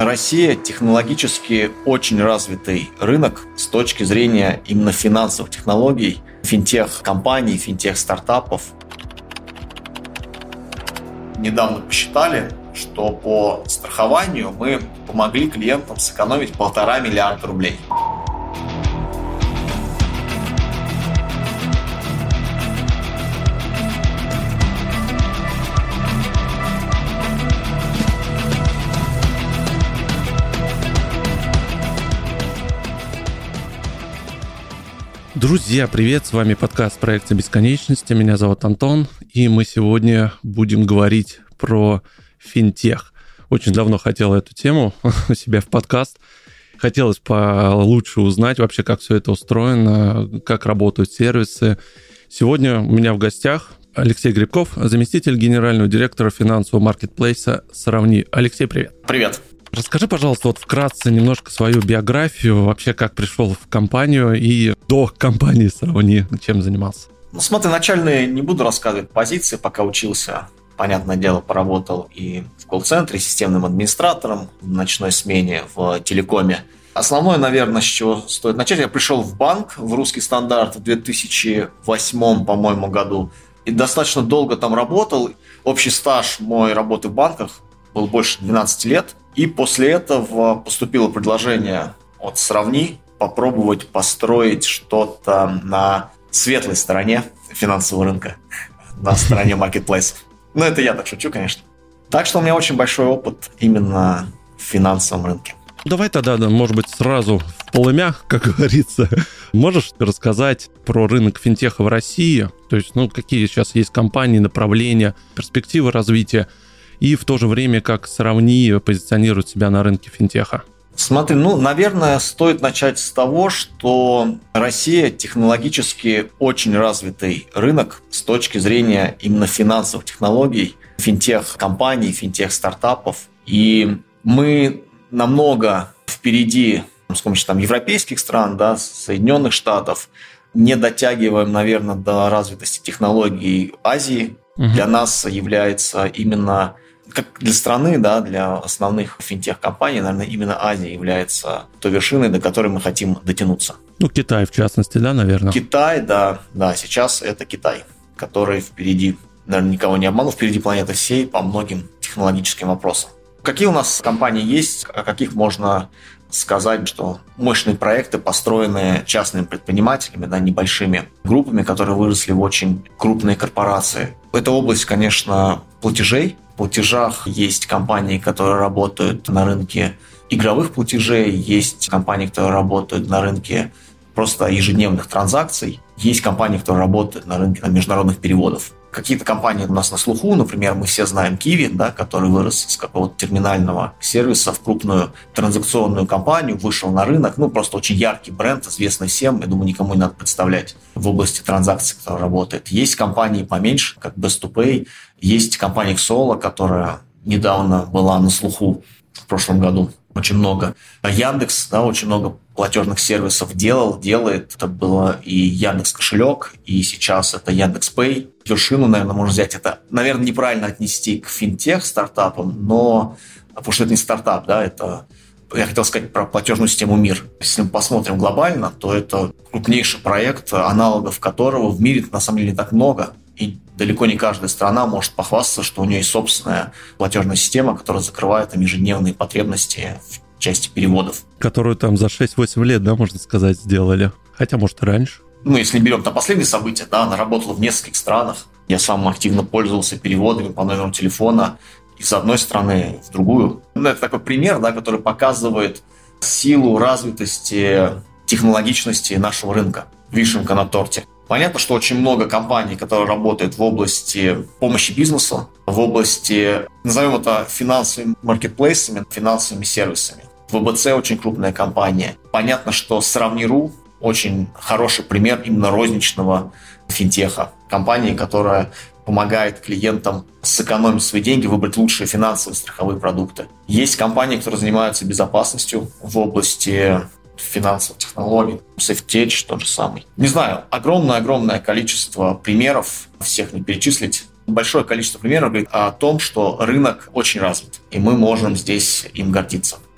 Россия технологически очень развитый рынок с точки зрения именно финансовых технологий, финтех-компаний, финтех-стартапов. Недавно посчитали, что по страхованию мы помогли клиентам сэкономить 1,5 миллиарда рублей. Друзья, привет! С вами подкаст «Проекция бесконечности». Меня зовут Антон, и мы сегодня будем говорить про финтех. Очень давно хотел эту тему у себя в подкаст. Хотелось получше узнать вообще, как все это устроено, как работают сервисы. Сегодня у меня в гостях Алексей Грибков, заместитель генерального директора финансового маркетплейса «Сравни». Алексей, привет! Привет! Расскажи, пожалуйста, вот вкратце немножко свою биографию, вообще как пришел в компанию и до компании «Сравни», чем занимался. Смотри, начальные не буду рассказывать позиции, пока учился. Понятное дело, поработал и в колл-центре, системным администратором, в ночной смене, в телекоме. Основное, наверное, с чего стоит начать. Я пришел в банк, в «Русский стандарт» в 2008, по-моему, году. И достаточно долго там работал. Общий стаж моей работы в банках был больше 12 лет. И после этого поступило предложение от «Сравни» попробовать построить что-то на светлой стороне финансового рынка, на стороне маркетплейсов. Ну, это я так шучу, конечно. Так что у меня очень большой опыт именно в финансовом рынке. Давай тогда, может быть, сразу в полымя, как говорится. Можешь рассказать про рынок финтеха в России? То есть, какие сейчас есть компании, направления, перспективы развития? И в то же время, как «Сравни» позиционирует себя на рынке финтеха? Смотри, наверное, стоит начать с того, что Россия технологически очень развитый рынок с точки зрения именно финансовых технологий, финтех-компаний, финтех-стартапов. И мы намного впереди, с помощью европейских стран, Соединенных Штатов, не дотягиваем, наверное, до развитости технологий Азии. Для нас является именно, как для страны, для основных финтех-компаний, наверное, именно Азия является той вершиной, до которой мы хотим дотянуться. Китай, в частности, наверное? Китай, да, сейчас это Китай, который впереди, наверное, никого не обманул, впереди планеты всей по многим технологическим вопросам. Какие у нас компании есть, о каких можно сказать, что мощные проекты, построенные частными предпринимателями, небольшими группами, которые выросли в очень крупные корпорации. Это область, конечно, платежей. В платежах есть компании, которые работают на рынке игровых платежей, есть компании, которые работают на рынке просто ежедневных транзакций, есть компании, которые работают на рынке международных переводов. Какие-то компании у нас на слуху, например, мы все знаем Kiwi, который вырос с какого-то терминального сервиса в крупную транзакционную компанию, вышел на рынок, просто очень яркий бренд, известный всем, я думаю, никому не надо представлять в области транзакций, который работает. Есть компании поменьше, как Best2Pay, есть компания Xolo, которая недавно была на слуху в прошлом году, очень много. Яндекс, очень много платежных сервисов делает. Это было и Яндекс Кошелек, и сейчас это Яндекс Пэй. Вершину, наверное, можно взять. Это, наверное, неправильно отнести к финтех-стартапам, но потому что это не стартап, это, я хотел сказать про платежную систему МИР. Если мы посмотрим глобально, то это крупнейший проект, аналогов которого в мире на самом деле не так много. И далеко не каждая страна может похвастаться, что у нее есть собственная платежная система, которая закрывает им ежедневные потребности в части переводов. Которую там за 6-8 лет, можно сказать, сделали. Хотя, может, и раньше. Если берем последние события, она работала в нескольких странах. Я сам активно пользовался переводами по номеру телефона из одной страны в другую. Это такой пример, который показывает силу развитости, технологичности нашего рынка. Вишенка на торте. Понятно, что очень много компаний, которые работают в области помощи бизнесу, в области, назовем это, финансовыми маркетплейсами, финансовыми сервисами. ВБЦ очень крупная компания. Понятно, что Сравни.ру очень хороший пример именно розничного финтеха. Компании, которая помогает клиентам сэкономить свои деньги, выбрать лучшие финансовые страховые продукты. Есть компании, которые занимаются безопасностью в области финансовых технологий, SafeTech тот же самый. Не знаю, огромное количество примеров, всех не перечислить. Большое количество примеров говорит о том, что рынок очень развит, и мы можем здесь им гордиться.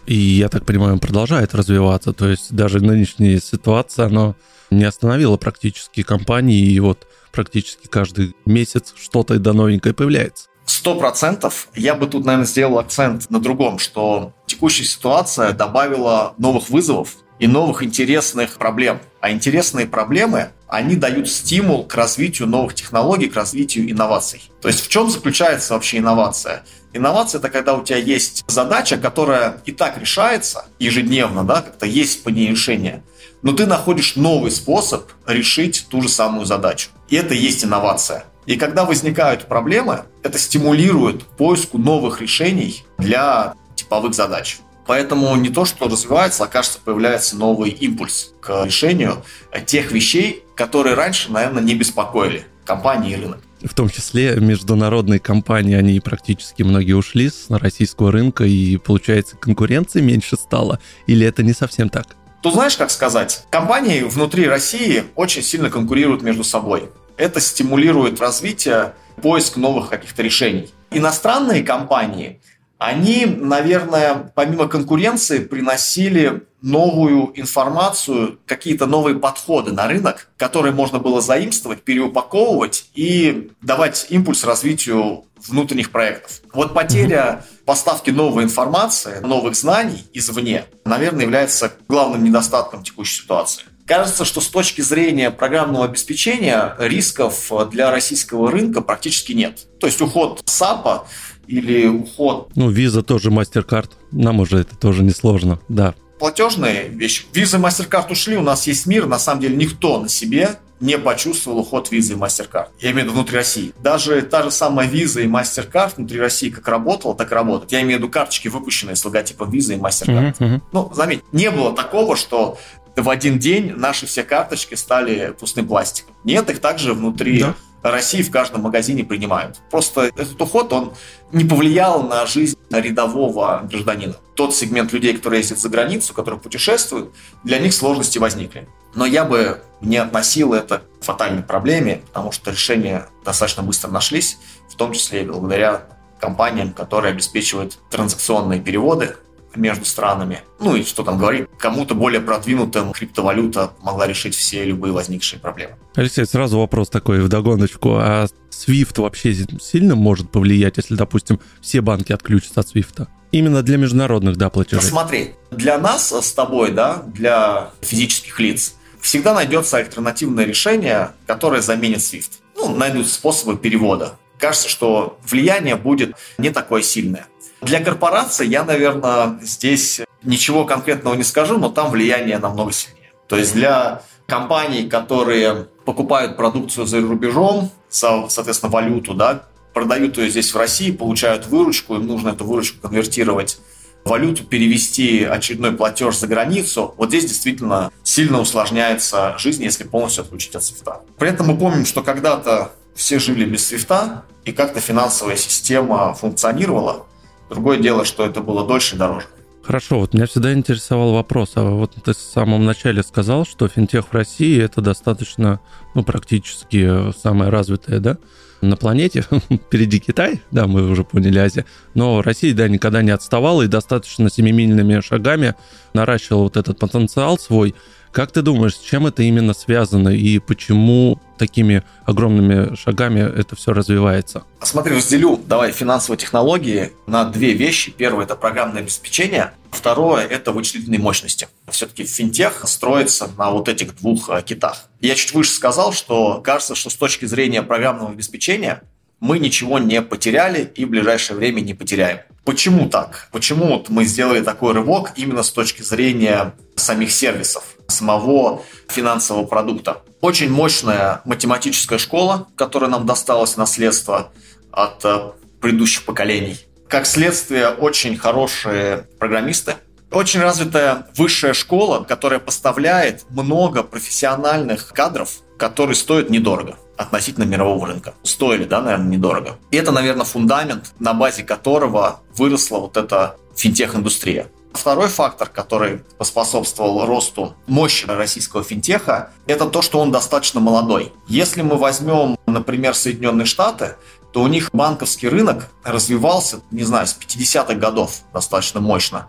И, я так понимаю, он продолжает развиваться. То есть даже нынешняя ситуация, она не остановила практически компании, и вот практически каждый месяц что-то новенькое появляется. 100%. Я бы тут, наверное, сделал акцент на другом, что текущая ситуация добавила новых вызовов и новых интересных проблем. А интересные проблемы, они дают стимул к развитию новых технологий, к развитию инноваций. То есть в чем заключается вообще инновация? Инновация – это когда у тебя есть задача, которая и так решается ежедневно, да, как-то есть по ней решение, но ты находишь новый способ решить ту же самую задачу. И это и есть инновация. И когда возникают проблемы, это стимулирует к поиску новых решений для типовых задач. Поэтому не то, что развивается, а кажется, появляется новый импульс к решению тех вещей, которые раньше, наверное, не беспокоили компании и рынок. В том числе международные компании, они практически многие ушли с российского рынка, и, получается, конкуренции меньше стало? Или это не совсем так? Тут знаешь, как сказать? Компании внутри России очень сильно конкурируют между собой. Это стимулирует развитие, поиск новых каких-то решений. Иностранные компании, они, наверное, помимо конкуренции, приносили новую информацию, какие-то новые подходы на рынок, которые можно было заимствовать, переупаковывать и давать импульс развитию внутренних проектов. Вот потеря поставки новой информации, новых знаний извне, наверное, является главным недостатком текущей ситуации. Кажется, что с точки зрения программного обеспечения рисков для российского рынка практически нет. То есть уход САПа или уход... Visa тоже, MasterCard, нам уже это тоже несложно, да. Платежные вещи. Visa и MasterCard ушли, у нас есть мир. На самом деле никто на себе не почувствовал уход Visa и MasterCard. Я имею в виду внутри России. Даже та же самая Visa и MasterCard внутри России как работала, так и работает. Я имею в виду карточки, выпущенные с логотипом Visa и MasterCard. Заметь, не было такого, что в один день наши все карточки стали пустым пластиком. Нет, их также внутри России в каждом магазине принимают. Просто этот уход, он не повлиял на жизнь рядового гражданина. Тот сегмент людей, которые ездят за границу, которые путешествуют, для них сложности возникли. Но я бы не относил это к фатальной проблеме, потому что решения достаточно быстро нашлись, в том числе и благодаря компаниям, которые обеспечивают транзакционные переводы между странами. И что там говорить, кому-то более продвинутым криптовалюта могла решить все любые возникшие проблемы. Алексей, сразу вопрос такой вдогоночку. А SWIFT вообще сильно может повлиять, если, допустим, все банки отключатся от SWIFT? Именно для международных, платежей. Смотри, для нас с тобой, для физических лиц, всегда найдется альтернативное решение, которое заменит SWIFT. Найдут способы перевода. Кажется, что влияние будет не такое сильное. Для корпораций я, наверное, здесь ничего конкретного не скажу, но там влияние намного сильнее. То есть для компаний, которые покупают продукцию за рубежом, соответственно, валюту, продают ее здесь в России, получают выручку, им нужно эту выручку конвертировать в валюту, перевести очередной платеж за границу. Вот здесь действительно сильно усложняется жизнь, если полностью отключить от свифта. При этом мы помним, что когда-то все жили без свифта, и как-то финансовая система функционировала. Другое дело, что это было дольше и дороже. Хорошо, меня всегда интересовал вопрос. А вот ты в самом начале сказал, что финтех в России – это достаточно, практически самое развитое, на планете. Впереди Китай, мы уже поняли, Азия. Но Россия, никогда не отставала и достаточно семимильными шагами наращивала вот этот потенциал свой. Как ты думаешь, с чем это именно связано и почему такими огромными шагами это все развивается? Смотри, разделю финансовые технологии на две вещи. Первое – это программное обеспечение. Второе – это вычислительные мощности. Все-таки финтех строится на вот этих двух китах. Я чуть выше сказал, что кажется, что с точки зрения программного обеспечения мы ничего не потеряли и в ближайшее время не потеряем. Почему так? Почему мы сделали такой рывок именно с точки зрения самих сервисов, самого финансового продукта? Очень мощная математическая школа, которая нам досталась в наследство от предыдущих поколений. Как следствие, очень хорошие программисты. Очень развитая высшая школа, которая поставляет много профессиональных кадров, которые стоят недорого относительно мирового рынка. Стоили, наверное, недорого. И это, наверное, фундамент, на базе которого выросла вот эта финтех-индустрия. Второй фактор, который поспособствовал росту мощи российского финтеха, это то, что он достаточно молодой. Если мы возьмем, например, Соединенные Штаты, то у них банковский рынок развивался, с 50-х годов достаточно мощно.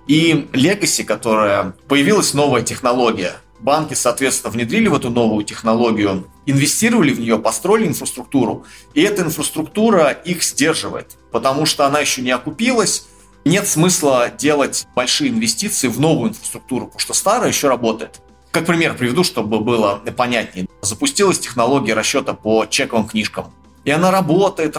И Legacy, которая появилась новая технология. Банки, соответственно, внедрили в эту новую технологию, инвестировали в нее, построили инфраструктуру, и эта инфраструктура их сдерживает, потому что она еще не окупилась. Нет смысла делать большие инвестиции в новую инфраструктуру, потому что старая еще работает. Как пример приведу, чтобы было понятнее. Запустилась технология расчета по чековым книжкам. И она работает.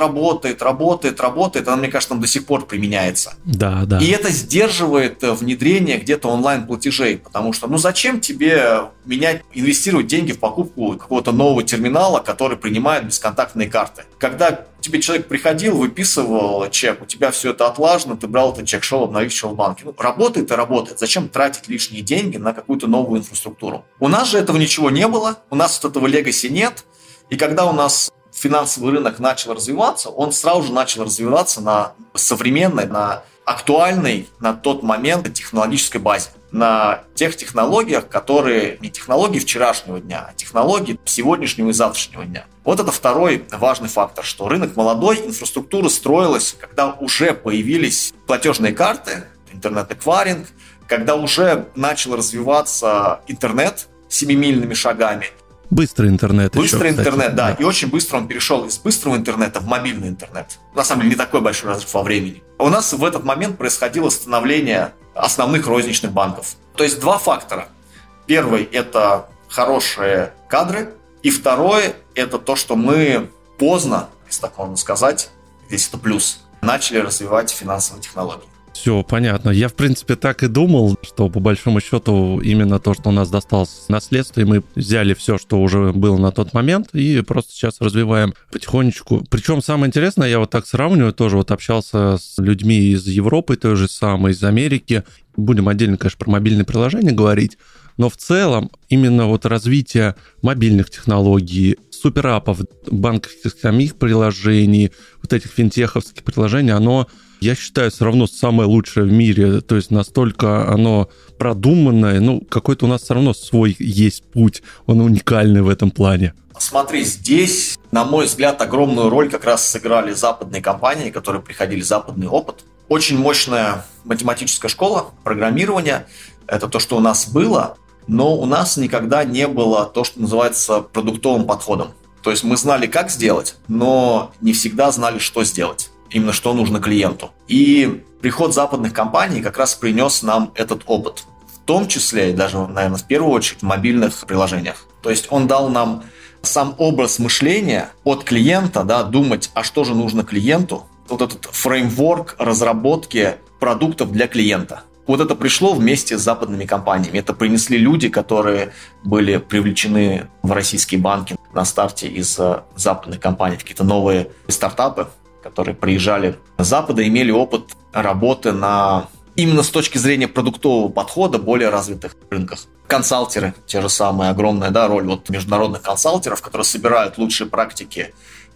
Она, мне кажется, там до сих пор применяется. Да. И это сдерживает внедрение где-то онлайн-платежей, потому что, зачем тебе инвестировать деньги в покупку какого-то нового терминала, который принимает бесконтактные карты? Когда тебе человек приходил, выписывал чек, у тебя все это отлажено, ты брал этот чек, шел, обналичивал в банке. Работает и работает. Зачем тратить лишние деньги на какую-то новую инфраструктуру? У нас же этого ничего не было, у нас вот этого legacy нет, и когда у нас финансовый рынок начал развиваться, он сразу же начал развиваться на современной, на актуальной на тот момент технологической базе. На тех технологиях, которые не технологии вчерашнего дня, а технологии сегодняшнего и завтрашнего дня. Вот это второй важный фактор, что рынок молодой, инфраструктура строилась, когда уже появились платежные карты, интернет-эквайринг, когда уже начал развиваться интернет семимильными шагами. Быстрый интернет. Быстрый интернет, да. И очень быстро он перешел из быстрого интернета в мобильный интернет. На самом деле не такой большой разрыв во времени. У нас в этот момент происходило становление основных розничных банков. То есть два фактора. Первый – это хорошие кадры. И второй – это то, что мы поздно, если так можно сказать, здесь это плюс, начали развивать финансовые технологии. Все понятно. Я, в принципе, так и думал, что по большому счету именно то, что у нас досталось в наследство, и мы взяли все, что уже было на тот момент, и просто сейчас развиваем потихонечку. Причем самое интересное, я вот так сравниваю, тоже вот общался с людьми из Европы, той же самой, из Америки. Будем отдельно, конечно, про мобильные приложения говорить, но в целом именно вот развитие мобильных технологий, суперапов, банковских самих приложений, вот этих финтеховских приложений, оно, я считаю, все равно самое лучшее в мире. То есть настолько оно продуманное, какой-то у нас все равно свой есть путь, он уникальный в этом плане. Смотри, здесь, на мой взгляд, огромную роль как раз сыграли западные компании, которые приходили, западный опыт. Очень мощная математическая школа программирования. Это то, что у нас было, но у нас никогда не было то, что называется продуктовым подходом. То есть мы знали, как сделать, но не всегда знали, что сделать. Именно что нужно клиенту. И приход западных компаний как раз принес нам этот опыт. В том числе, и даже, наверное, в первую очередь, в мобильных приложениях. То есть он дал нам сам образ мышления от клиента, думать, а что же нужно клиенту. Вот этот фреймворк разработки продуктов для клиента. Вот это пришло вместе с западными компаниями. Это принесли люди, которые были привлечены в российские банки на старте из западных компаний. Какие-то новые стартапы, которые приезжали с Запада, имели опыт работы именно с точки зрения продуктового подхода более развитых рынках. Консалтеры, те же самые, огромная роль международных консалтеров, которые собирают лучшие практики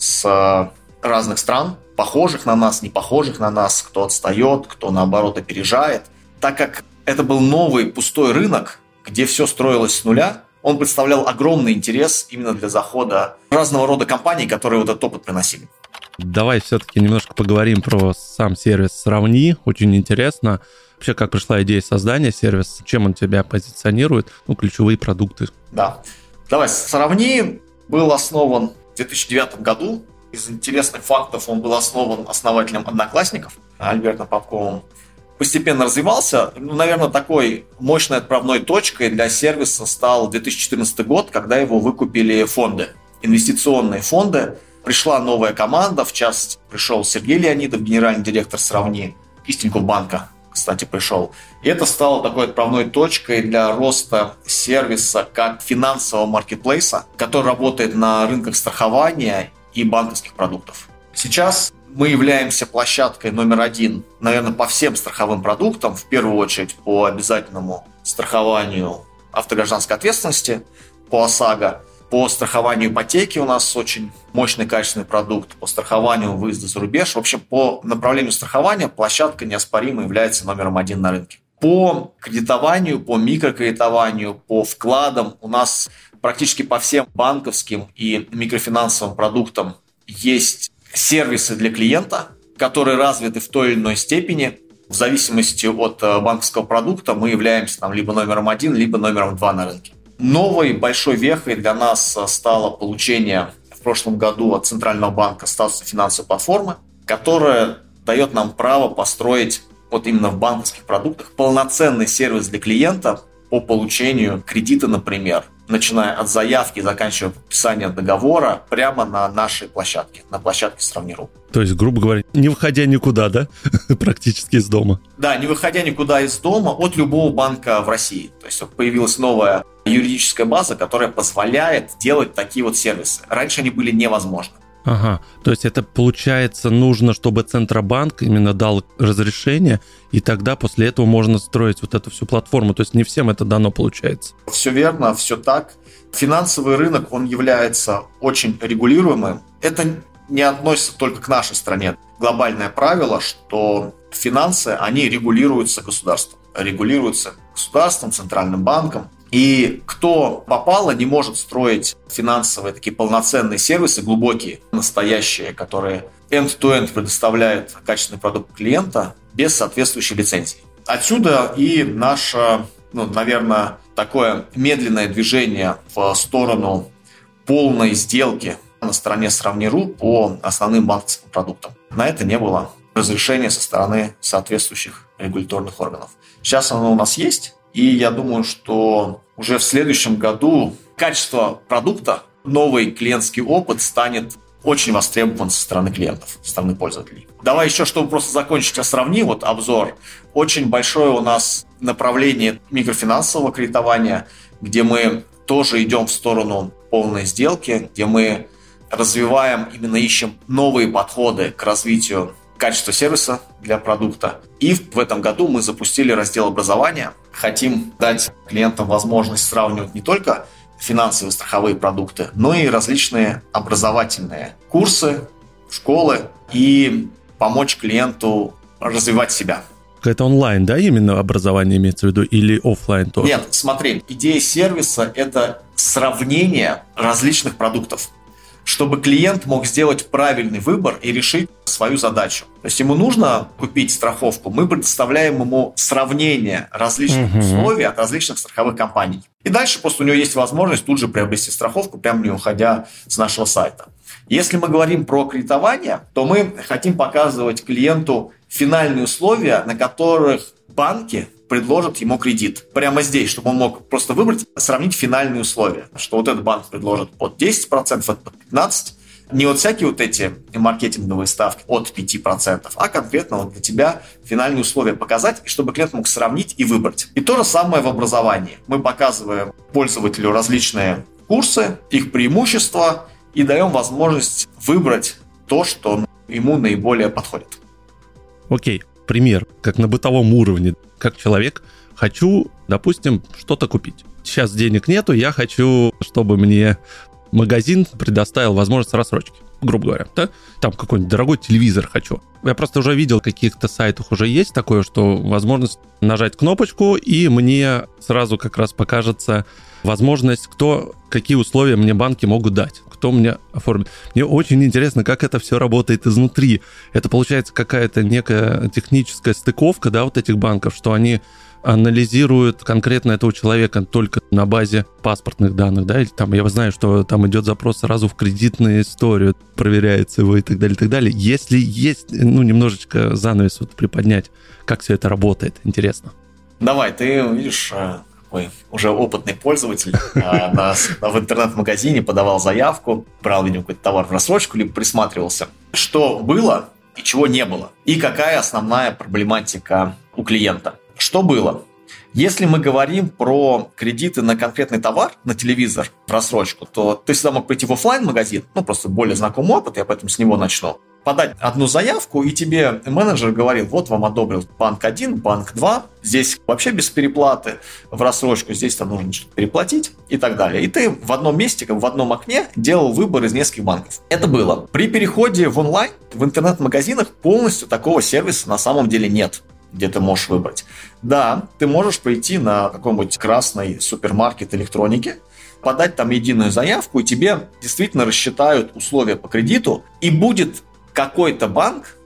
с разных стран, похожих на нас, не похожих на нас, кто отстает, кто наоборот опережает. Так как это был новый пустой рынок, где все строилось с нуля, он представлял огромный интерес именно для захода разного рода компаний, которые вот этот опыт приносили. Давай все-таки немножко поговорим про сам сервис «Сравни». Очень интересно. Вообще, как пришла идея создания сервиса, чем он тебя позиционирует, ключевые продукты. Да. Давай, «Сравни» был основан в 2009 году. Из интересных фактов он был основан основателем «Одноклассников» Альбертом Попковым. Постепенно развивался. Наверное, такой мощной отправной точкой для сервиса стал 2014 год, когда его выкупили фонды, инвестиционные фонды. Пришла новая команда, в частности, пришел Сергей Леонидов, генеральный директор «Сравни», из Тинькофф-банка, кстати, пришел. И это стало такой отправной точкой для роста сервиса как финансового маркетплейса, который работает на рынках страхования и банковских продуктов. Сейчас мы являемся площадкой номер один, наверное, по всем страховым продуктам, в первую очередь по обязательному страхованию автогражданской ответственности, по ОСАГО. По страхованию ипотеки у нас очень мощный качественный продукт, по страхованию выезда за рубеж. В общем, по направлению страхования площадка неоспоримо является номером один на рынке. По кредитованию, по микрокредитованию, по вкладам у нас практически по всем банковским и микрофинансовым продуктам есть сервисы для клиента, которые развиты в той или иной степени. В зависимости от банковского продукта мы являемся там либо номером 1, либо номером 2 на рынке. Новой большой вехой для нас стало получение в прошлом году от Центрального банка статуса финансовой платформы, которая дает нам право построить вот именно в банковских продуктах полноценный сервис для клиента по получению кредита, например, начиная от заявки и заканчивая подписанием договора прямо на нашей площадке, на площадке Сравни.ру. То есть, грубо говоря, не выходя никуда, да? Практически из дома. Да, не выходя никуда из дома от любого банка в России. То есть появилась новая юридическая база, которая позволяет делать такие вот сервисы. Раньше они были невозможны. Ага, то есть это, получается, нужно, чтобы Центробанк именно дал разрешение, и тогда после этого можно строить вот эту всю платформу. То есть не всем это дано, получается. Все верно, все так. Финансовый рынок, он является очень регулируемым. Это не относится только к нашей стране. Глобальное правило, что финансы, они регулируются государством. Регулируются государством, Центральным банком. И кто попало, не может строить финансовые такие полноценные сервисы, глубокие, настоящие, которые end-to-end предоставляют качественный продукт клиента без соответствующей лицензии. Отсюда и наше, наверное, такое медленное движение в сторону полной сделки на стороне Сравни.ру по основным банковским продуктам. На это не было разрешения со стороны соответствующих регуляторных органов. Сейчас оно у нас есть. И я думаю, что уже в следующем году качество продукта, новый клиентский опыт станет очень востребован со стороны клиентов, со стороны пользователей. Давай еще, чтобы просто закончить о Сравни, вот обзор. Очень большое у нас направление микрофинансового кредитования, где мы тоже идем в сторону полной сделки, где мы развиваем, именно ищем новые подходы к развитию качество сервиса для продукта. И в этом году мы запустили раздел образования. Хотим дать клиентам возможность сравнивать не только финансовые страховые продукты, но и различные образовательные курсы, школы и помочь клиенту развивать себя. Это онлайн, да, именно образование имеется в виду, или офлайн тоже? Нет, смотри, идея сервиса – это сравнение различных продуктов, чтобы клиент мог сделать правильный выбор и решить свою задачу. То есть ему нужно купить страховку, мы предоставляем ему сравнение различных условий от различных страховых компаний. И дальше просто у него есть возможность тут же приобрести страховку, прямо не уходя с нашего сайта. Если мы говорим про кредитование, то мы хотим показывать клиенту финальные условия, на которых банки предложат ему кредит. Прямо здесь, чтобы он мог просто выбрать, сравнить финальные условия. Что вот этот банк предложит под 10%, этот под 15%. Не вот всякие вот эти маркетинговые ставки от 5%, а конкретно вот для тебя финальные условия показать, и чтобы клиент мог сравнить и выбрать. И то же самое в образовании. Мы показываем пользователю различные курсы, их преимущества, и даем возможность выбрать то, что ему наиболее подходит. Окей, пример, как на бытовом уровне. Как человек, хочу, допустим, что-то купить. Сейчас денег нету, я хочу, чтобы мне магазин предоставил возможность рассрочки, грубо говоря. Да? Там какой-нибудь дорогой телевизор хочу. Я просто уже видел, в каких-то сайтах уже есть такое, что возможность нажать кнопочку, и мне сразу как раз покажется возможность, какие условия мне банки могут дать, кто мне оформит. Мне очень интересно, как это все работает изнутри. Это получается какая-то некая техническая стыковка, да, вот этих банков, что они анализируют конкретно этого человека только на базе паспортных данных, да, или там, я знаю, что там идет запрос сразу в кредитную историю, проверяется его и так далее, и так далее. Если есть, немножечко занавес вот приподнять, как все это работает, интересно. Давай, ты видишь, уже опытный пользователь в интернет-магазине подавал заявку, брал, видимо, какой-то товар в рассрочку, либо присматривался, что было и чего не было, и какая основная проблематика у клиента. Что было? Если мы говорим про кредиты на конкретный товар, на телевизор в рассрочку, то ты всегда мог пойти в офлайн-магазин, просто более знакомый опыт, я поэтому с него начну, подать одну заявку, и тебе менеджер говорил, вот вам одобрил банк 1, банк 2, здесь вообще без переплаты в рассрочку, здесь там нужно что-то переплатить и так далее. И ты в одном месте, в одном окне делал выбор из нескольких банков. Это было. При переходе в онлайн, в интернет-магазинах полностью такого сервиса на самом деле нет, где ты можешь выбрать. Да, ты можешь пойти на какой-нибудь красный супермаркет электроники, подать там единую заявку, и тебе действительно рассчитают условия по кредиту, и будет какой-то банк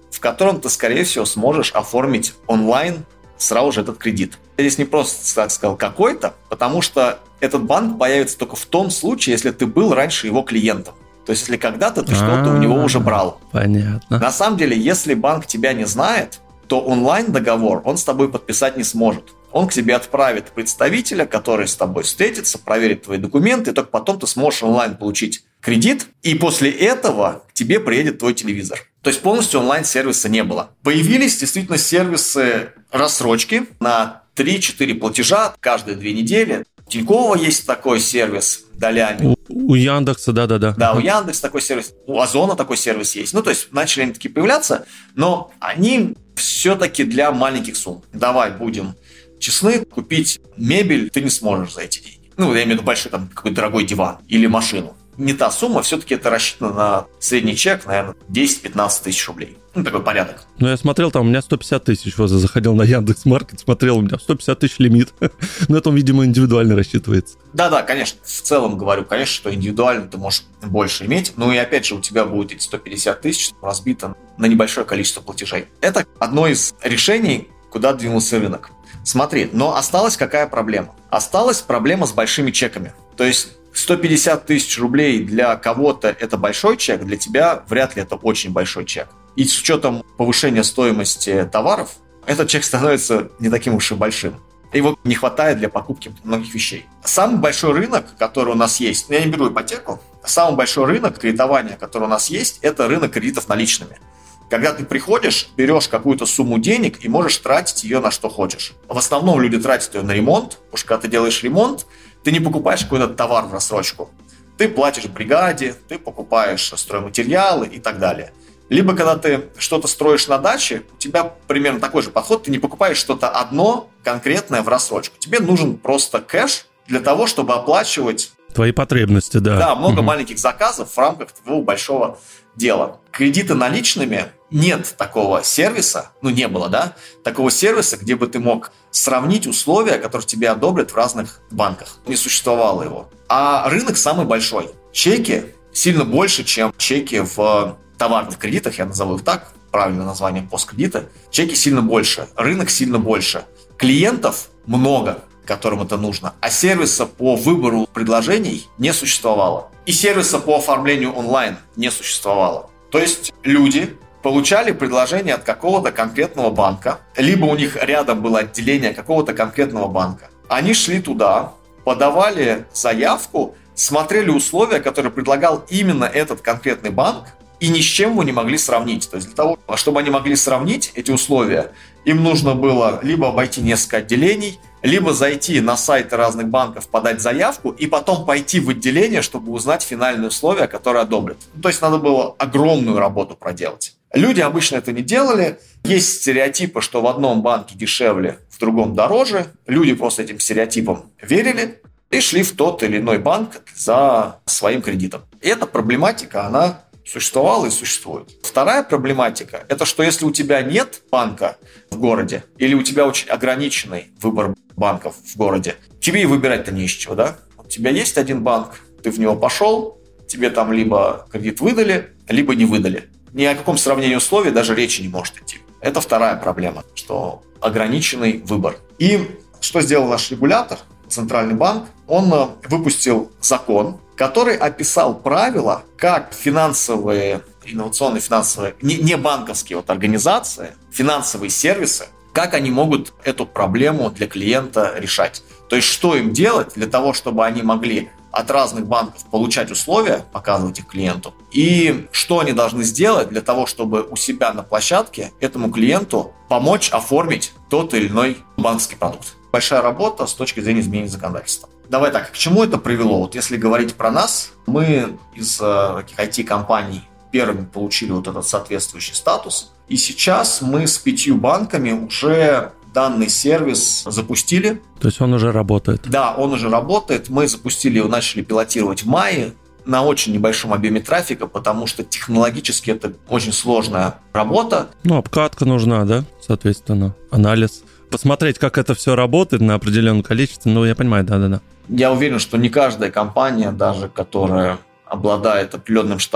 в котором ты, скорее всего, сможешь оформить онлайн сразу же этот кредит. Я здесь не просто так сказал какой-то, потому что этот банк появится только в том случае, если ты был раньше его клиентом. То есть, если когда-то ты что-то у него уже брал. Понятно. На самом деле, если банк тебя не знает, то онлайн-договор он с тобой подписать не сможет. Он к тебе отправит представителя, который с тобой встретится, проверит твои документы, и только потом ты сможешь онлайн получить кредит, и после этого к тебе приедет твой телевизор. То есть полностью онлайн-сервиса не было. Появились действительно сервисы рассрочки на 3-4 платежа каждые 2 недели. У Тинькова есть такой сервис долями. У Яндекса, да-да-да. Да, у Яндекса такой сервис, у Озона такой сервис есть. Ну, то есть начали они такие появляться, но они все-таки для маленьких сумм. Давай будем честны, купить мебель ты не сможешь за эти деньги. Ну, я имею в виду большой там какой-то дорогой диван или машину. Не та сумма, все-таки это рассчитано на средний чек, наверное, 10-15 тысяч рублей. Ну, такой порядок. Ну, я смотрел, там у меня 150 тысяч. Вот заходил на Яндекс.Маркет, смотрел, у меня 150 тысяч лимит. Но это он, видимо, индивидуально рассчитывается. Да, конечно. В целом говорю, конечно, что индивидуально ты можешь больше иметь. Ну и опять же, у тебя будет эти 150 тысяч разбито на небольшое количество платежей. Это одно из решений, куда двинулся рынок. Смотри, но осталась какая проблема? Осталась проблема с большими чеками. То есть 150 тысяч рублей для кого-то это большой чек, для тебя вряд ли это очень большой чек. И с учетом повышения стоимости товаров, этот чек становится не таким уж и большим. Его не хватает для покупки многих вещей. Самый большой рынок, который у нас есть, я не беру ипотеку, самый большой рынок кредитования, который у нас есть, это рынок кредитов наличными. Когда ты приходишь, берешь какую-то сумму денег и можешь тратить ее на что хочешь. В основном люди тратят ее на ремонт, потому что когда ты делаешь ремонт, ты не покупаешь какой-то товар в рассрочку. Ты платишь бригаде, ты покупаешь стройматериалы и так далее. Либо когда ты что-то строишь на даче, у тебя примерно такой же подход, ты не покупаешь что-то одно конкретное в рассрочку. Тебе нужен просто кэш для того, чтобы оплачивать твои потребности, да. Да, много маленьких заказов в рамках твоего большого дела. Кредиты наличными нет такого сервиса, не было, да, такого сервиса, где бы ты мог сравнить условия, которые тебе одобрят в разных банках. Не существовало его. А рынок самый большой. Чеки сильно больше, чем чеки в товарных кредитах, я назову их так, правильное название посткредита. Чеки сильно больше, рынок сильно больше. Клиентов много, которым это нужно, а сервиса по выбору предложений не существовало. И сервиса по оформлению онлайн не существовало. То есть люди получали предложение от какого-то конкретного банка, либо у них рядом было отделение какого-то конкретного банка. Они шли туда, подавали заявку, смотрели условия, которые предлагал именно этот конкретный банк, и ни с чем его не могли сравнить. То есть для того, чтобы они могли сравнить эти условия, им нужно было либо обойти несколько отделений, либо зайти на сайты разных банков, подать заявку и потом пойти в отделение, чтобы узнать финальные условия, которые одобрят. То есть надо было огромную работу проделать. Люди обычно это не делали. Есть стереотипы, что в одном банке дешевле, в другом дороже. Люди просто этим стереотипам верили и шли в тот или иной банк за своим кредитом. И эта проблематика, она существовала и существует. Вторая проблематика – это что если у тебя нет банка в городе или у тебя очень ограниченный выбор банков в городе, тебе и выбирать-то не из чего, да? У тебя есть один банк, ты в него пошел, тебе там либо кредит выдали, либо не выдали. Ни о каком сравнении условий даже речи не может идти. Это вторая проблема, что ограниченный выбор. И что сделал наш регулятор, Центральный банк? Он выпустил закон, который описал правила, как финансовые, инновационные финансовые, не банковские организации, финансовые сервисы, как они могут эту проблему для клиента решать. То есть, что им делать для того, чтобы они могли от разных банков получать условия, показывать их клиенту, и что они должны сделать для того, чтобы у себя на площадке этому клиенту помочь оформить тот или иной банковский продукт. Большая работа с точки зрения изменения законодательства. Давай так, к чему это привело? Вот если говорить про нас, мы из таких IT-компаний первыми получили вот этот соответствующий статус, и сейчас мы с 5 банками уже данный сервис запустили. То есть он уже работает? Да, он уже работает. Мы запустили его, начали пилотировать в мае на очень небольшом объеме трафика, потому что технологически это очень сложная работа. Обкатка нужна, да, соответственно, анализ. Посмотреть, как это все работает на определенном количестве, я понимаю, да. Я уверен, что не каждая компания, даже которая обладает определенным штатом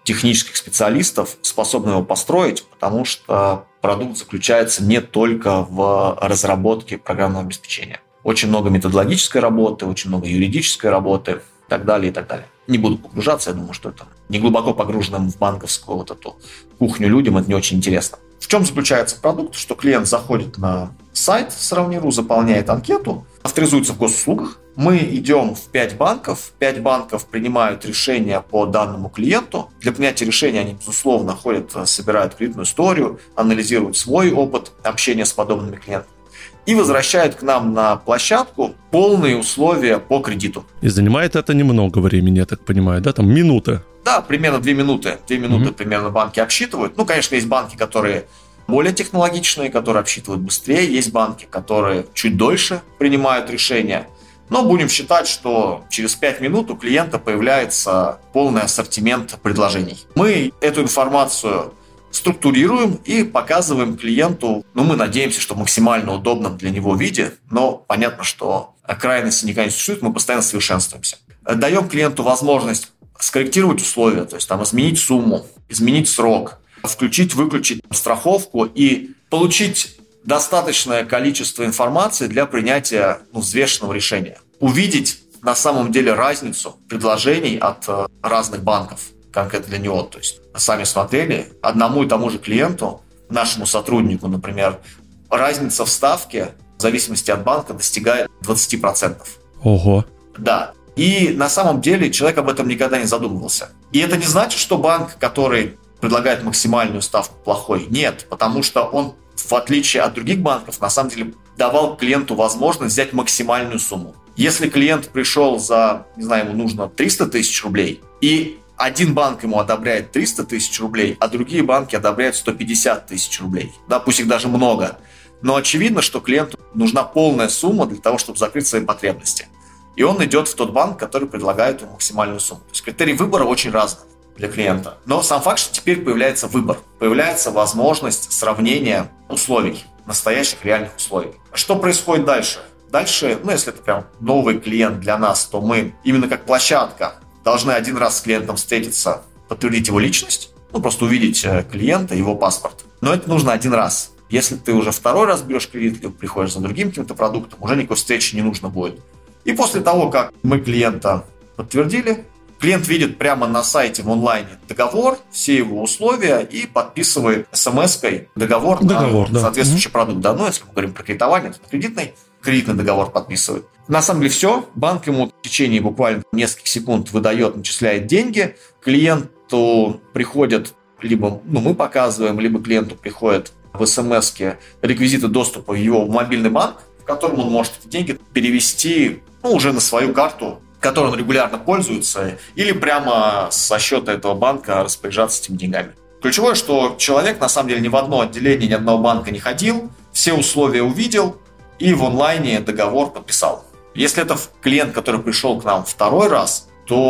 технических специалистов, способных его построить, потому что продукт заключается не только в разработке программного обеспечения. Очень много методологической работы, очень много юридической работы и так далее, и так далее. Не буду погружаться, я думаю, что это не глубоко погруженным в банковскую вот эту кухню людям, это не очень интересно. В чем заключается продукт? Что клиент заходит на сайт Сравни.ру, заполняет анкету, авторизуется в госуслугах. Мы идем в 5 банков. 5 банков принимают решение по данному клиенту. Для принятия решения они, безусловно, собирают кредитную историю, анализируют свой опыт общения с подобными клиентами и возвращают к нам на площадку полные условия по кредиту. И занимает это немного времени, я так понимаю, да? Там минуты. Да, примерно 2 минуты. 2 минуты примерно банки обсчитывают. Конечно, есть банки, которые более технологичные, которые обсчитывают быстрее. Есть банки, которые чуть дольше принимают решения. Но будем считать, что через 5 минут у клиента появляется полный ассортимент предложений. Мы эту информацию структурируем и показываем клиенту, мы надеемся, что в максимально удобном для него виде, но понятно, что крайности никогда не существует, мы постоянно совершенствуемся. Даем клиенту возможность скорректировать условия, то есть изменить сумму, изменить срок, включить-выключить страховку и получить достаточное количество информации для принятия взвешенного решения. Увидеть на самом деле разницу предложений от разных банков, конкретно для него. То есть сами смотрели, одному и тому же клиенту, нашему сотруднику, например, разница в ставке в зависимости от банка достигает 20%. Ого. Да. И на самом деле человек об этом никогда не задумывался. И это не значит, что банк, который предлагает максимальную ставку, плохой. Нет, потому что он, в отличие от других банков, на самом деле давал клиенту возможность взять максимальную сумму. Если клиент пришел ему нужно 300 тысяч рублей, и один банк ему одобряет 300 тысяч рублей, а другие банки одобряют 150 тысяч рублей. Да, пусть их даже много. Но очевидно, что клиенту нужна полная сумма для того, чтобы закрыть свои потребности. И он идет в тот банк, который предлагает ему максимальную сумму. То есть критерии выбора очень разные для клиента. Но сам факт, что теперь появляется выбор, появляется возможность сравнения условий, настоящих реальных условий. Что происходит дальше? Дальше, если это прям новый клиент для нас, то мы именно как площадка должны один раз с клиентом встретиться, подтвердить его личность, просто увидеть клиента, его паспорт. Но это нужно один раз. Если ты уже второй раз берешь кредит, либо приходишь за другим каким-то продуктом, уже никакой встречи не нужно будет. И после того, как мы клиента подтвердили, клиент видит прямо на сайте в онлайне договор, все его условия и подписывает смс-кой договор на соответствующий продукт. Да, если мы говорим про кредитование, то кредитный договор подписывает. На самом деле все. Банк ему в течение буквально нескольких секунд выдает, начисляет деньги. Клиенту приходят, либо мы показываем, либо клиенту приходят в смс-ке реквизиты доступа в его мобильный банк, в котором он может эти деньги перевести уже на свою карту, которой он регулярно пользуется, или прямо со счета этого банка распоряжаться этими деньгами. Ключевое, что человек на самом деле ни в одно отделение, ни одного банка не ходил, все условия увидел и в онлайне договор подписал. Если это клиент, который пришел к нам второй раз,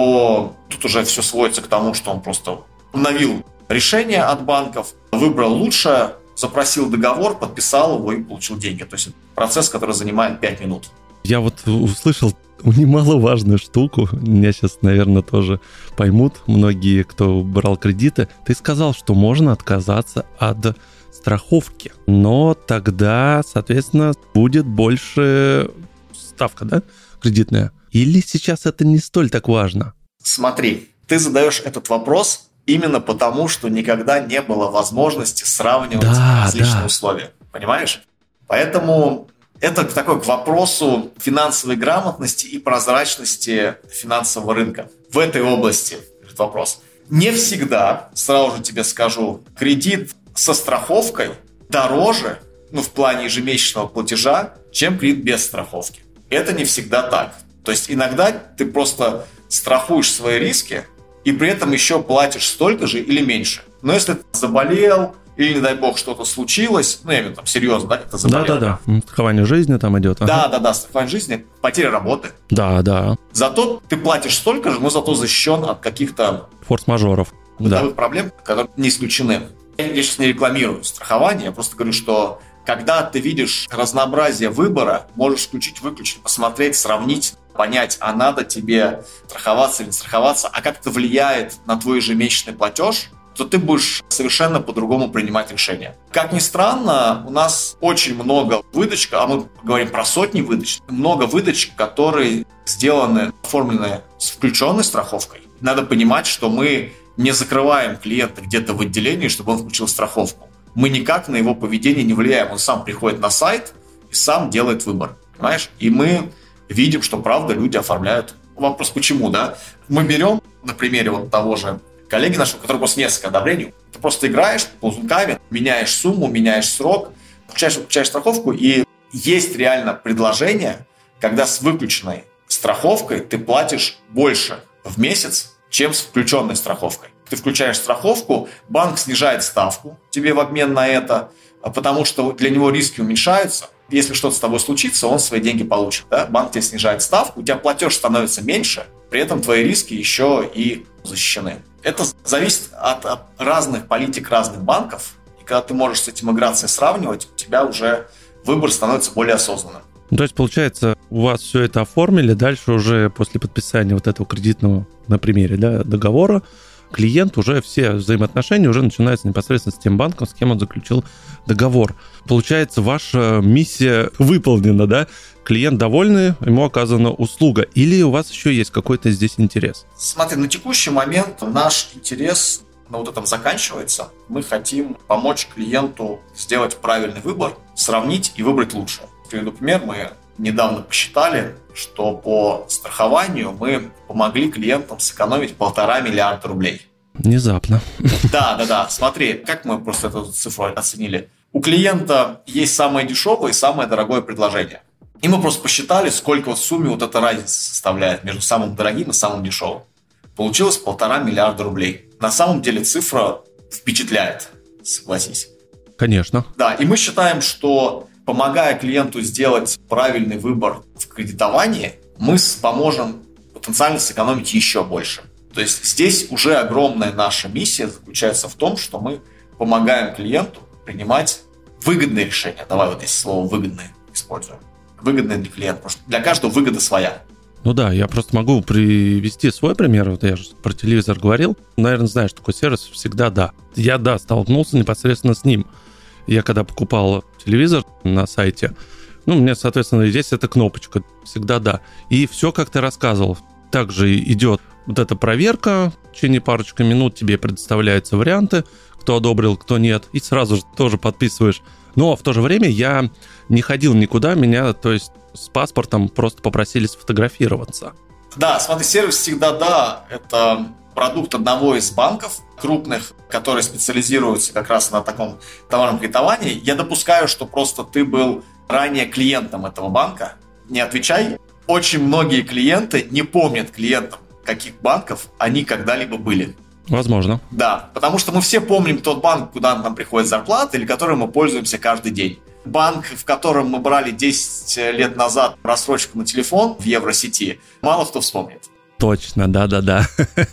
то тут уже все сводится к тому, что он просто обновил решение от банков, выбрал лучшее, запросил договор, подписал его и получил деньги. То есть это процесс, который занимает 5 минут. Я услышал немаловажную штуку. Меня сейчас, наверное, тоже поймут многие, кто брал кредиты. Ты сказал, что можно отказаться от страховки, но тогда, соответственно, будет больше ставка, да, кредитная? Или сейчас это не столь так важно? Смотри, ты задаешь этот вопрос именно потому, что никогда не было возможности сравнивать различные условия. Понимаешь? Поэтому это такой к вопросу финансовой грамотности и прозрачности финансового рынка. В этой области этот вопрос. Не всегда, сразу же тебе скажу, кредит со страховкой дороже, в плане ежемесячного платежа, чем кредит без страховки. Это не всегда так. То есть иногда ты просто страхуешь свои риски и при этом еще платишь столько же или меньше. Но если ты заболел или, не дай бог, что-то случилось, я имею в виду серьезно, как-то заболел. Да. Страхование жизни там идет. Да, страхование жизни, потеря работы. Да. Зато ты платишь столько же, но зато защищен от каких-то форс-мажоров. Бытовых проблем, которые не исключены. Я сейчас не рекламирую страхование, я просто говорю, что когда ты видишь разнообразие выбора, можешь включить, выключить, посмотреть, сравнить, понять, а надо тебе страховаться или не страховаться, а как это влияет на твой ежемесячный платеж, то ты будешь совершенно по-другому принимать решения. Как ни странно, у нас очень много выдачек, а мы говорим про сотни выдач, много выдачек, которые сделаны, оформлены с включенной страховкой. Надо понимать, что мы не закрываем клиента где-то в отделении, чтобы он включил страховку. Мы никак на его поведение не влияем. Он сам приходит на сайт и сам делает выбор. Понимаешь? И мы видим, что правда люди оформляют. Вопрос почему, да? Мы берем на примере вот того же коллеги нашего, у которого просто несколько одобрений. Ты просто играешь ползунками, меняешь сумму, меняешь срок, включаешь страховку, и есть реально предложение, когда с выключенной страховкой ты платишь больше в месяц, чем с включенной страховкой. Ты включаешь страховку, банк снижает ставку тебе в обмен на это, потому что для него риски уменьшаются. Если что-то с тобой случится, он свои деньги получит. Да? Банк тебе снижает ставку, у тебя платеж становится меньше, при этом твои риски еще и защищены. Это зависит от разных политик разных банков, и когда ты можешь с этим играться и сравнивать, у тебя уже выбор становится более осознанным. То есть, получается, у вас все это оформили, дальше уже после подписания вот этого кредитного, на примере, да, договора, клиент уже все взаимоотношения уже начинаются непосредственно с тем банком, с кем он заключил договор. Получается, ваша миссия выполнена, да? Клиент довольный, ему оказана услуга. Или у вас еще есть какой-то здесь интерес? Смотри, на текущий момент наш интерес на вот этом заканчивается. Мы хотим помочь клиенту сделать правильный выбор, сравнить и выбрать лучшее. Приведу пример. Мы недавно посчитали, что по страхованию мы помогли клиентам сэкономить 1,5 миллиарда рублей. Внезапно. Да. Смотри, как мы просто эту цифру оценили. У клиента есть самое дешевое и самое дорогое предложение. И мы просто посчитали, сколько в сумме вот эта разница составляет между самым дорогим и самым дешевым. Получилось 1,5 миллиарда рублей. На самом деле цифра впечатляет, согласись. Конечно. Да, и мы считаем, что помогая клиенту сделать правильный выбор в кредитовании, мы поможем потенциально сэкономить еще больше. То есть здесь уже огромная наша миссия заключается в том, что мы помогаем клиенту принимать выгодные решения. Давай вот здесь слово «выгодные» используем. Выгодные для клиента, потому что для каждого выгода своя. Ну да, я просто могу привести свой пример. Вот я же про телевизор говорил. Наверное, знаешь, такой сервис «Всегда да». Я, столкнулся непосредственно с ним. Я когда покупал телевизор на сайте, мне, соответственно, здесь эта кнопочка «Всегда да». И все, как ты рассказывал. Также идет вот эта проверка. В течение парочки минут тебе предоставляются варианты, кто одобрил, кто нет. И сразу же тоже подписываешь. Но в то же время я не ходил никуда. Меня, то есть, с паспортом просто попросили сфотографироваться. Да, смотри, сервис «Всегда да» — это продукт одного из банков крупных, которые специализируются как раз на таком товарном кредитовании. Я допускаю, что просто ты был ранее клиентом этого банка. Не отвечай. Очень многие клиенты не помнят клиентов, каких банков они когда-либо были. Возможно. Да, потому что мы все помним тот банк, куда нам приходит зарплата или которым мы пользуемся каждый день. Банк, в котором мы брали 10 лет назад рассрочку на телефон в Евросети, мало кто вспомнит. Точно, да.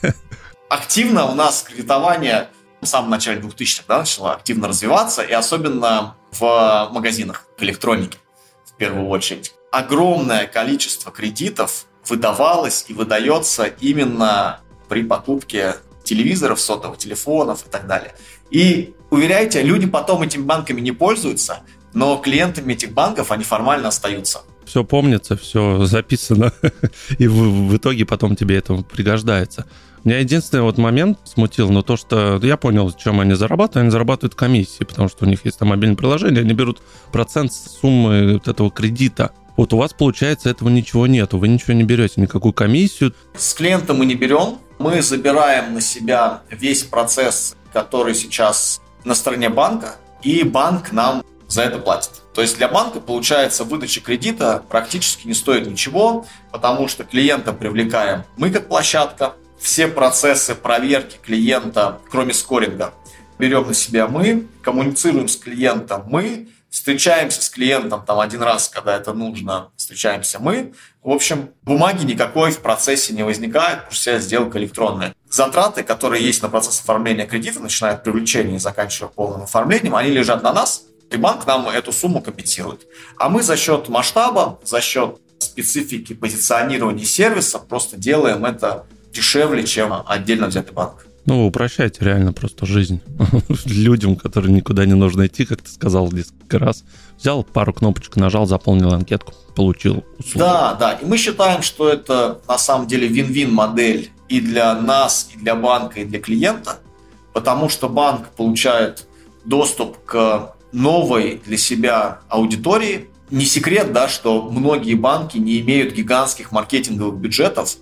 Активно у нас кредитование в самом начале 2000-х начало активно развиваться, и особенно в магазинах, в электронике в первую очередь. Огромное количество кредитов выдавалось и выдается именно при покупке телевизоров, сотовых телефонов и так далее. И, уверяйте, люди потом этими банками не пользуются, но клиентами этих банков они формально остаются. Все помнится, все записано, и в итоге потом тебе это пригождается. Меня единственный момент смутил, но то, что я понял, чем они зарабатывают. Они зарабатывают комиссии, потому что у них есть там мобильное приложение, они берут процент с суммы вот этого кредита. Вот у вас, получается, этого ничего нету, вы ничего не берете, никакую комиссию. С клиента мы не берем, мы забираем на себя весь процесс, который сейчас на стороне банка, и банк нам за это платит. То есть для банка, получается, выдача кредита практически не стоит ничего, потому что клиента привлекаем мы как площадка, все процессы проверки клиента, кроме скоринга, берем на себя мы, коммуницируем с клиентом мы, встречаемся с клиентом один раз, когда это нужно, встречаемся мы. В общем, бумаги никакой в процессе не возникает, потому что вся сделка электронная. Затраты, которые есть на процесс оформления кредита, начиная от привлечения и заканчивая полным оформлением, они лежат на нас, и банк нам эту сумму компенсирует. А мы за счет масштаба, за счет специфики позиционирования сервиса просто делаем это дешевле, чем отдельно взятый банк. Ну, вы упрощаете реально просто жизнь людям, которым никуда не нужно идти, как ты сказал несколько раз. Взял пару кнопочек, нажал, заполнил анкетку, получил услугу. Да. И мы считаем, что это на самом деле вин-вин модель и для нас, и для банка, и для клиента, потому что банк получает доступ к новой для себя аудитории. Не секрет, да, что многие банки не имеют гигантских маркетинговых бюджетов,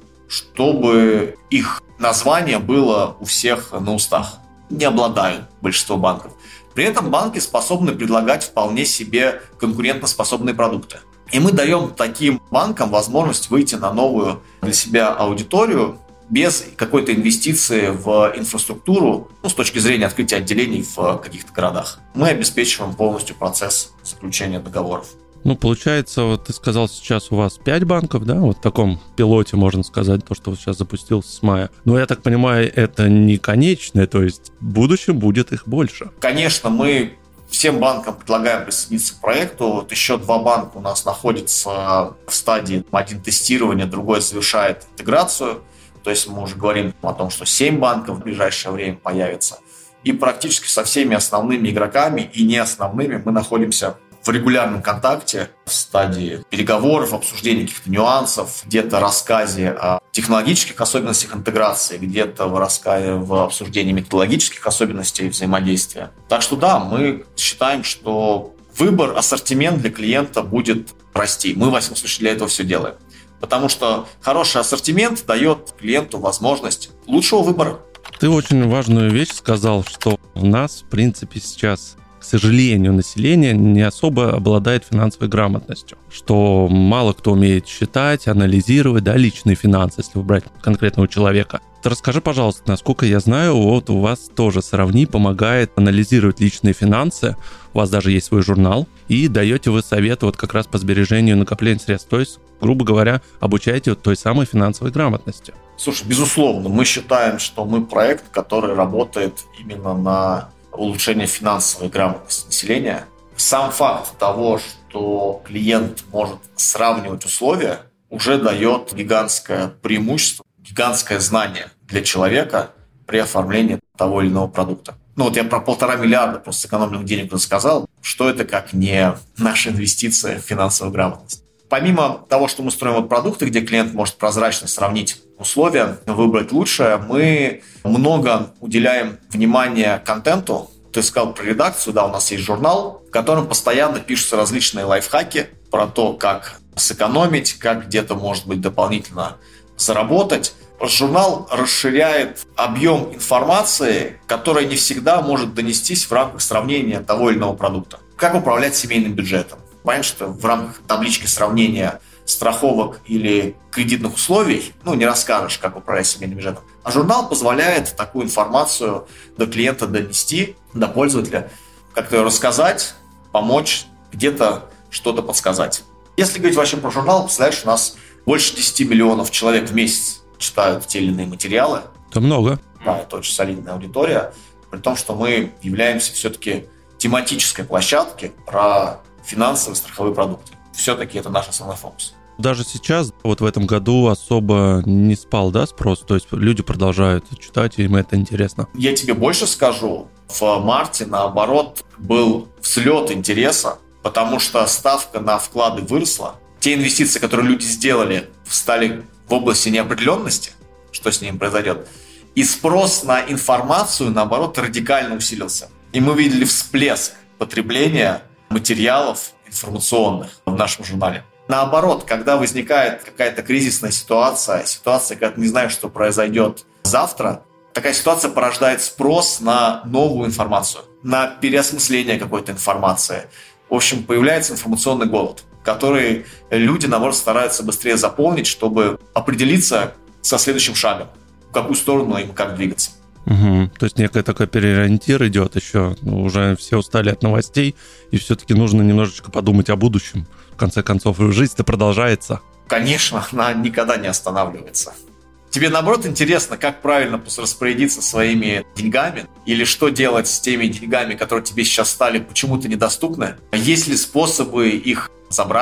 чтобы их название было у всех на устах. Не обладают большинство банков. При этом банки способны предлагать вполне себе конкурентоспособные продукты. И мы даем таким банкам возможность выйти на новую для себя аудиторию без какой-то инвестиции в инфраструктуру, с точки зрения открытия отделений в каких-то городах. Мы обеспечиваем полностью процесс заключения договоров. Ну, получается, вот ты сказал, сейчас у вас 5 банков, да? Вот в таком пилоте, можно сказать, то, что вот сейчас запустился с мая. Но я так понимаю, это не конечное, то есть в будущем будет их больше. Конечно, мы всем банкам предлагаем присоединиться к проекту. Вот еще 2 банка у нас находятся в стадии, один тестирования, другой завершает интеграцию. То есть мы уже говорим о том, что 7 банков в ближайшее время появится. И практически со всеми основными игроками и не основными мы находимся в регулярном контакте, в стадии переговоров, обсуждения каких-то нюансов, где-то рассказе о технологических особенностях интеграции, где-то в рассказе в обсуждении методологических особенностей взаимодействия. Так что да, мы считаем, что выбор, ассортимент для клиента будет расти. Мы, во всяком случае, для этого все делаем. Потому что хороший ассортимент дает клиенту возможность лучшего выбора. Ты очень важную вещь сказал, что у нас, в принципе, сейчас, к сожалению, население не особо обладает финансовой грамотностью, что мало кто умеет считать, анализировать, да, личные финансы, если выбрать конкретного человека. Ты расскажи, пожалуйста, насколько я знаю, вот у вас тоже «Сравни» помогает анализировать личные финансы, у вас даже есть свой журнал, и даете вы советы вот как раз по сбережению и накоплению средств, то есть, грубо говоря, обучаете вот той самой финансовой грамотности. Слушай, безусловно, мы считаем, что мы проект, который работает именно на улучшение финансовой грамотности населения. Сам факт того, что клиент может сравнивать условия, уже дает гигантское преимущество, гигантское знание для человека при оформлении того или иного продукта. Ну вот я про 1,5 миллиарда просто сэкономленных денег рассказал. Что это как не наша инвестиция в финансовую грамотность? Помимо того, что мы строим вот продукты, где клиент может прозрачно сравнить условия, выбрать лучшее, мы много уделяем внимания контенту. Ты сказал про редакцию, да, у нас есть журнал, в котором постоянно пишутся различные лайфхаки про то, как сэкономить, как где-то, может быть, дополнительно заработать. Журнал расширяет объем информации, которая не всегда может донестись в рамках сравнения того или иного продукта. Как управлять семейным бюджетом? Понятно, что в рамках таблички сравнения страховок или кредитных условий, не расскажешь, как управлять семейным бюджетом. А журнал позволяет такую информацию до клиента донести, до пользователя, как-то ее рассказать, помочь, где-то что-то подсказать. Если говорить вообще про журнал, представляешь, у нас больше 10 миллионов человек в месяц читают те или иные материалы. Это много. Да, это очень солидная аудитория, при том, что мы являемся все-таки тематической площадкой про финансовые страховые продукты. Все-таки это наш основной фокус. Даже сейчас, вот в этом году особо не спал, да, спрос? То есть люди продолжают читать, и им это интересно. Я тебе больше скажу. В марте, наоборот, был взлет интереса, потому что ставка на вклады выросла. Те инвестиции, которые люди сделали, стали в области неопределенности, что с ними произойдет. И спрос на информацию, наоборот, радикально усилился. И мы видели всплеск потребления материалов информационных в нашем журнале. Наоборот, когда возникает какая-то кризисная ситуация, когда ты не знаешь, что произойдет завтра, такая ситуация порождает спрос на новую информацию, на переосмысление какой-то информации. В общем, появляется информационный голод, который люди, наоборот, стараются быстрее заполнить, чтобы определиться со следующим шагом, в какую сторону им как двигаться. Угу. То есть некая такой переориентир идет еще. Уже все устали от новостей, и все-таки нужно немножечко подумать о будущем. В конце концов, жизнь-то продолжается. Конечно, она никогда не останавливается. Тебе, наоборот, интересно, как правильно распорядиться своими деньгами, или что делать с теми деньгами, которые тебе сейчас стали почему-то недоступны? Есть ли способы их забрать,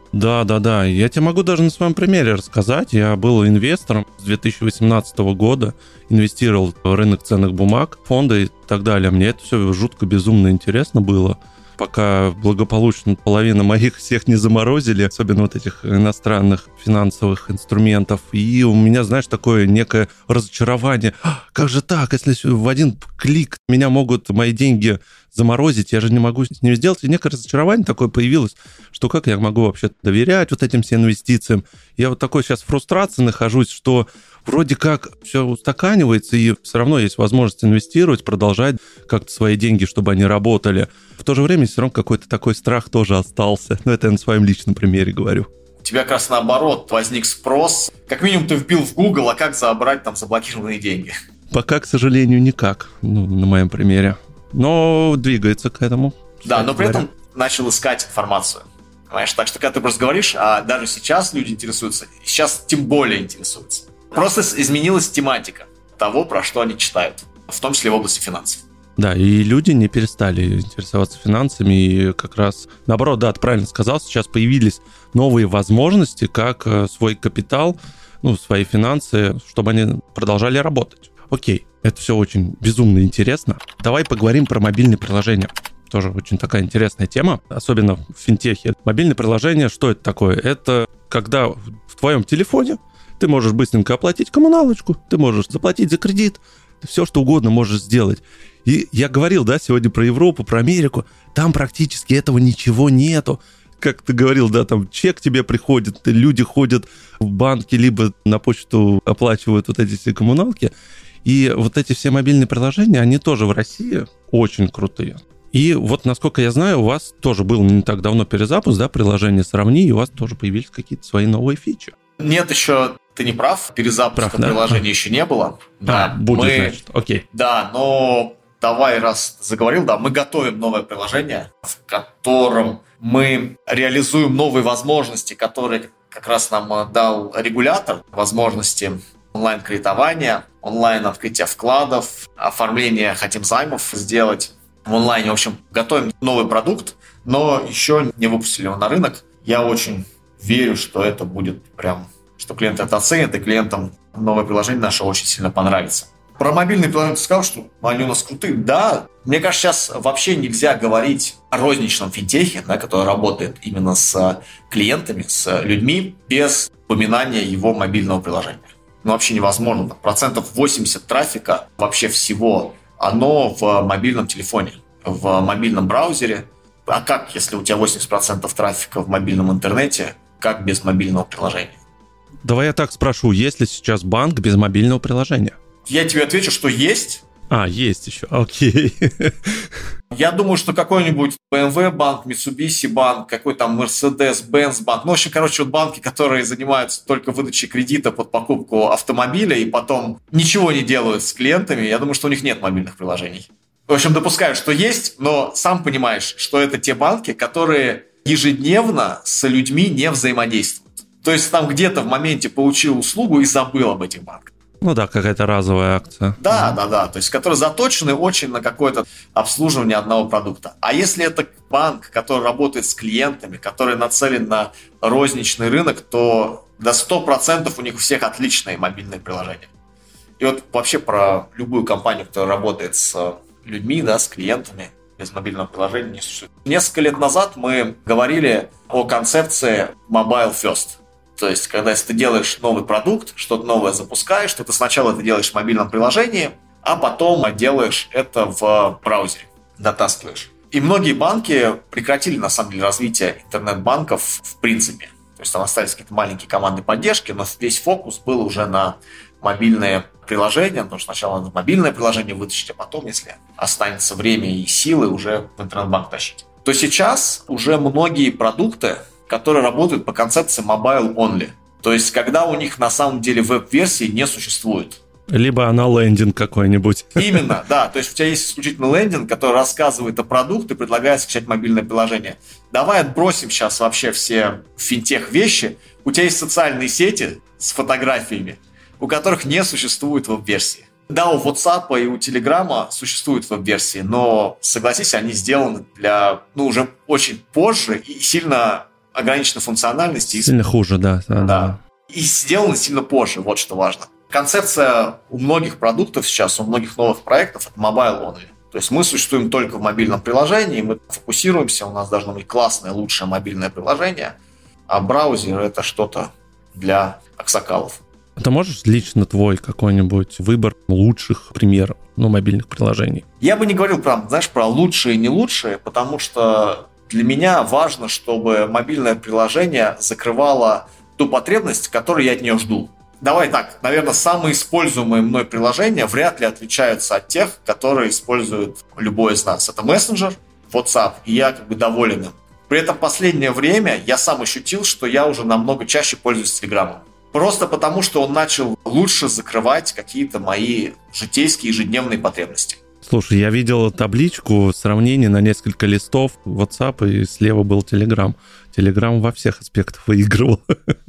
Да. Я тебе могу даже на своем примере рассказать. Я был инвестором с 2018 года, инвестировал в рынок ценных бумаг, фонды и так далее. Мне это все жутко безумно интересно было, пока благополучно половина моих всех не заморозили, особенно вот этих иностранных финансовых инструментов. И у меня, знаешь, такое некое разочарование. Как же так, если в один клик меня могут мои деньги заморозить, я же не могу с ними сделать. И некое разочарование такое появилось, что как я могу вообще доверять вот этим всем инвестициям. Я вот такой сейчас в фрустрации нахожусь, что вроде как все устаканивается, и все равно есть возможность инвестировать, продолжать как-то свои деньги, чтобы они работали. В то же время все равно какой-то такой страх тоже остался. Но это я на своем личном примере говорю. У тебя как раз наоборот возник спрос. Как минимум ты вбил в Google, а как забрать там заблокированные деньги? Пока, к сожалению, никак. На моем примере. Но двигается к этому. Да, но при этом начал искать информацию. Понимаешь, так что когда ты просто говоришь, а даже сейчас люди интересуются, сейчас тем более интересуются. Просто изменилась тематика того, про что они читают, в том числе в области финансов. Да, и люди не перестали интересоваться финансами, и как раз, наоборот, да, ты правильно сказал, сейчас появились новые возможности, как свой капитал, свои финансы, чтобы они продолжали работать. Окей, это все очень безумно интересно. Давай поговорим про мобильные приложения. Тоже очень такая интересная тема, особенно в финтехе. Мобильное приложение, что это такое? Это когда в твоем телефоне ты можешь быстренько оплатить коммуналочку, ты можешь заплатить за кредит, ты все что угодно можешь сделать. И я говорил, да, сегодня про Европу, про Америку, там практически этого ничего нету. Как ты говорил, да, там чек тебе приходит, люди ходят в банки, либо на почту оплачивают вот эти все коммуналки. И вот эти все мобильные приложения, они тоже в России очень крутые. И вот, насколько я знаю, у вас тоже был не так давно перезапуск, да, приложение «Сравни», и у вас тоже появились какие-то свои новые фичи. Нет, еще ты не прав, перезапуска приложения еще не было. Да, будет, значит, окей. Да, но давай, раз заговорил, да, мы готовим новое приложение, в котором мы реализуем новые возможности, которые как раз нам дал регулятор, возможности онлайн-кредитования, онлайн-открытия вкладов, оформление хотим займов сделать в онлайне. В общем, готовим новый продукт, но еще не выпустили его на рынок. Я очень верю, что это будет прям, что клиенты это оценят, и клиентам новое приложение наше очень сильно понравится. Про мобильные приложения ты сказал, что они у нас крутые. Да, мне кажется, сейчас вообще нельзя говорить о розничном финтехе, да, который работает именно с клиентами, с людьми, без упоминания его мобильного приложения. Вообще невозможно. 80% трафика вообще всего, оно в мобильном телефоне, в мобильном браузере. А как, если у тебя 80% трафика в мобильном интернете, как без мобильного приложения? Давай я так спрошу, есть ли сейчас банк без мобильного приложения? Я тебе отвечу, что есть. Есть еще, окей. Я думаю, что какой-нибудь BMW банк, Mitsubishi банк, какой там Mercedes-Benz банк. В общем, вот банки, которые занимаются только выдачей кредита под покупку автомобиля и потом ничего не делают с клиентами, я думаю, что у них нет мобильных приложений. В общем, допускаю, что есть, но сам понимаешь, что это те банки, которые ежедневно с людьми не взаимодействуют. То есть там где-то в моменте получил услугу и забыл об этих банках. Да, какая-то разовая акция. Да. То есть, которые заточены очень на какое-то обслуживание одного продукта. А если это банк, который работает с клиентами, который нацелен на розничный рынок, то до 100% у них у всех отличные мобильные приложения. И вот вообще про любую компанию, которая работает с людьми, да, с клиентами, без мобильного приложения не существует. Несколько лет назад мы говорили о концепции Mobile First. То есть, когда если ты делаешь новый продукт, что-то новое запускаешь, то ты сначала это делаешь в мобильном приложении, а потом делаешь это в браузере, дотаскиваешь. И многие банки прекратили, на самом деле, развитие интернет-банков в принципе. То есть, там остались какие-то маленькие команды поддержки, но весь фокус был уже на мобильные приложения, потому что сначала надо мобильное приложение вытащить, а потом, если останется время и силы, уже в интернет-банк тащить. То сейчас уже многие продукты, которые работают по концепции mobile only. То есть, когда у них на самом деле веб-версии не существует. Либо она лендинг какой-нибудь. Именно, да. То есть, у тебя есть исключительно лендинг, который рассказывает о продукте и предлагает скачать мобильное приложение. Давай отбросим сейчас вообще все финтех-вещи. У тебя есть социальные сети с фотографиями, у которых не существует веб-версии. Да, у WhatsApp и у Telegram существуют веб-версии, но, согласись, они сделаны для, уже очень позже и сильно ограниченной функциональности. Сильно хуже, да. Да. И сделано сильно позже, вот что важно. Концепция у многих продуктов сейчас, у многих новых проектов – это mobile only. То есть мы существуем только в мобильном приложении, мы фокусируемся, у нас должно быть классное, лучшее мобильное приложение, а браузер – это что-то для аксакалов. Ты можешь лично твой какой-нибудь выбор лучших примеров, мобильных приложений? Я бы не говорил про лучшие и не лучшие, потому что для меня важно, чтобы мобильное приложение закрывало ту потребность, которую я от нее жду. Давай так, наверное, самые используемые мной приложения вряд ли отличаются от тех, которые использует любой из нас. Это мессенджер, WhatsApp, и я доволен им. При этом в последнее время я сам ощутил, что я уже намного чаще пользуюсь Телеграмом. Просто потому, что он начал лучше закрывать какие-то мои житейские ежедневные потребности. Слушай, я видел табличку сравнения на несколько листов WhatsApp, и слева был Telegram. Telegram во всех аспектах выигрывал.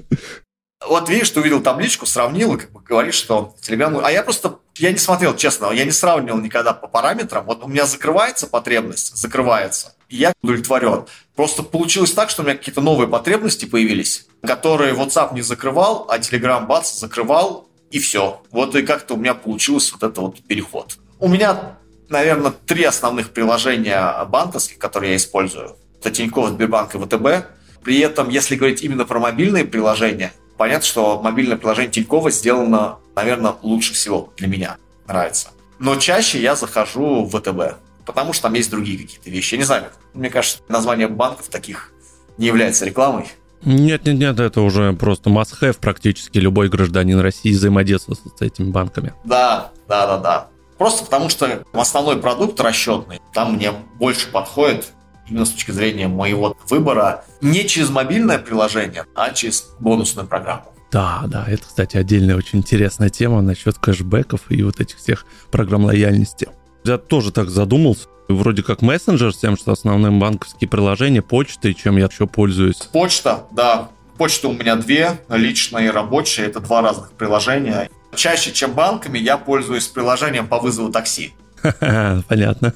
Вот видишь, ты увидел табличку, сравнил и говоришь, что Telegram... А я не смотрел, честно, я не сравнивал никогда по параметрам. Вот у меня закрывается потребность, и я удовлетворен. Просто получилось так, что у меня какие-то новые потребности появились, которые WhatsApp не закрывал, а Telegram бац, закрывал, и все. Вот и как-то у меня получился переход. У меня, наверное, 3 основных приложения банковских, которые я использую. Это Тинькофф, Сбербанк и ВТБ. При этом, если говорить именно про мобильные приложения, понятно, что мобильное приложение Тинькова сделано, наверное, лучше всего для меня. Нравится. Но чаще я захожу в ВТБ, потому что там есть другие какие-то вещи. Я не знаю, мне кажется, название банков таких не является рекламой. Нет, это уже просто must-have практически любой гражданин России взаимодействует с этими банками. Да. Просто потому что основной продукт расчетный, там мне больше подходит именно с точки зрения моего выбора не через мобильное приложение, а через бонусную программу. Да, это, кстати, отдельная очень интересная тема насчет кэшбэков и этих всех программ лояльности. Я тоже так задумался. Вроде как мессенджер с тем, что основным банковские приложения, почта, и чем я еще пользуюсь. Почта, да. Почта у меня 2, личная и рабочая. Это 2 разных приложения. Чаще, чем банками, я пользуюсь приложением по вызову такси. Понятно.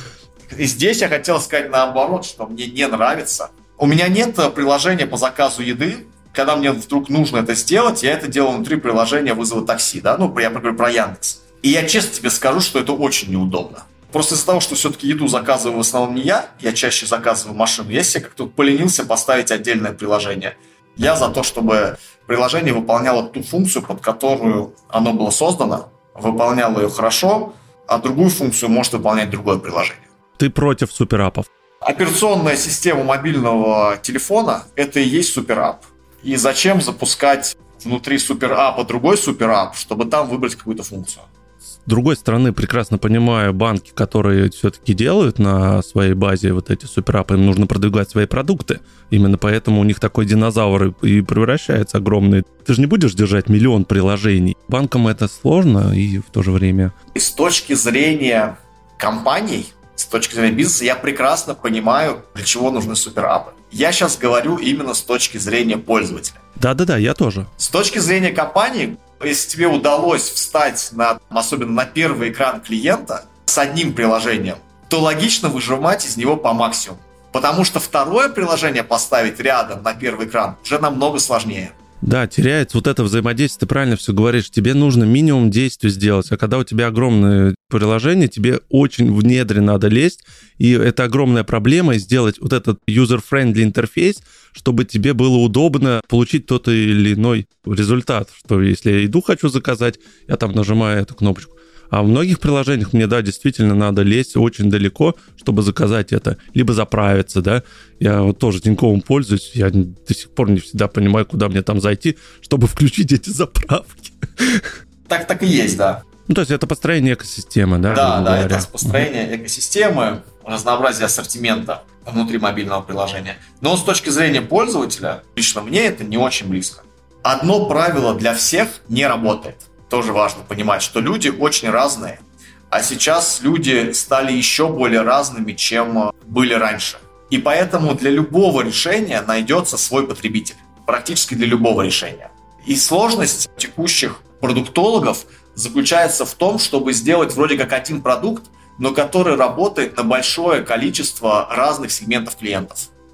И здесь я хотел сказать наоборот, что мне не нравится. У меня нет приложения по заказу еды. Когда мне вдруг нужно это сделать, я это делаю внутри приложения вызова такси. Да? Я говорю про Яндекс. И я честно тебе скажу, что это очень неудобно. Просто из-за того, что все-таки еду заказываю в основном не я чаще заказываю машину, я себе как-то поленился поставить отдельное приложение. Я за то, чтобы приложение выполняло ту функцию, под которую оно было создано, выполняло ее хорошо, а другую функцию может выполнять другое приложение. Ты против суперапов? Операционная система мобильного телефона – это и есть суперап. И зачем запускать внутри суперапа другой суперап, чтобы там выбрать какую-то функцию? С другой стороны, прекрасно понимаю банки, которые все-таки делают на своей базе эти суперапы, им нужно продвигать свои продукты. Именно поэтому у них такой динозавр и превращается огромный. Ты же не будешь держать миллион приложений. Банкам это сложно и в то же время... И с точки зрения компаний, с точки зрения бизнеса, я прекрасно понимаю, для чего нужны суперапы. Я сейчас говорю именно с точки зрения пользователя. Да, я тоже. С точки зрения компании, если тебе удалось встать особенно на первый экран клиента с одним приложением, то логично выжимать из него по максимуму. Потому что второе приложение поставить рядом на первый экран уже намного сложнее. Да, теряется это взаимодействие, ты правильно все говоришь, тебе нужно минимум действий сделать, а когда у тебя огромное приложение, тебе очень в недре надо лезть, и это огромная проблема, сделать этот user-friendly интерфейс, чтобы тебе было удобно получить тот или иной результат, что если я еду хочу заказать, я там нажимаю эту кнопочку. А в многих приложениях мне, действительно надо лезть очень далеко, чтобы заказать это, либо заправиться, да. Я тоже Тиньковым пользуюсь, я до сих пор не всегда понимаю, куда мне там зайти, чтобы включить эти заправки. Так и есть, да. То есть это построение экосистемы, да? Да, это построение экосистемы, разнообразие ассортимента внутри мобильного приложения. Но с точки зрения пользователя, лично мне это не очень близко. Одно правило для всех не работает. Тоже важно понимать, что люди очень разные, а сейчас люди стали еще более разными, чем были раньше. И поэтому для любого решения найдется свой потребитель. Практически для любого решения. И сложность текущих продуктологов заключается в том, чтобы сделать вроде как один продукт, но который работает на большое количество разных сегментов клиентов.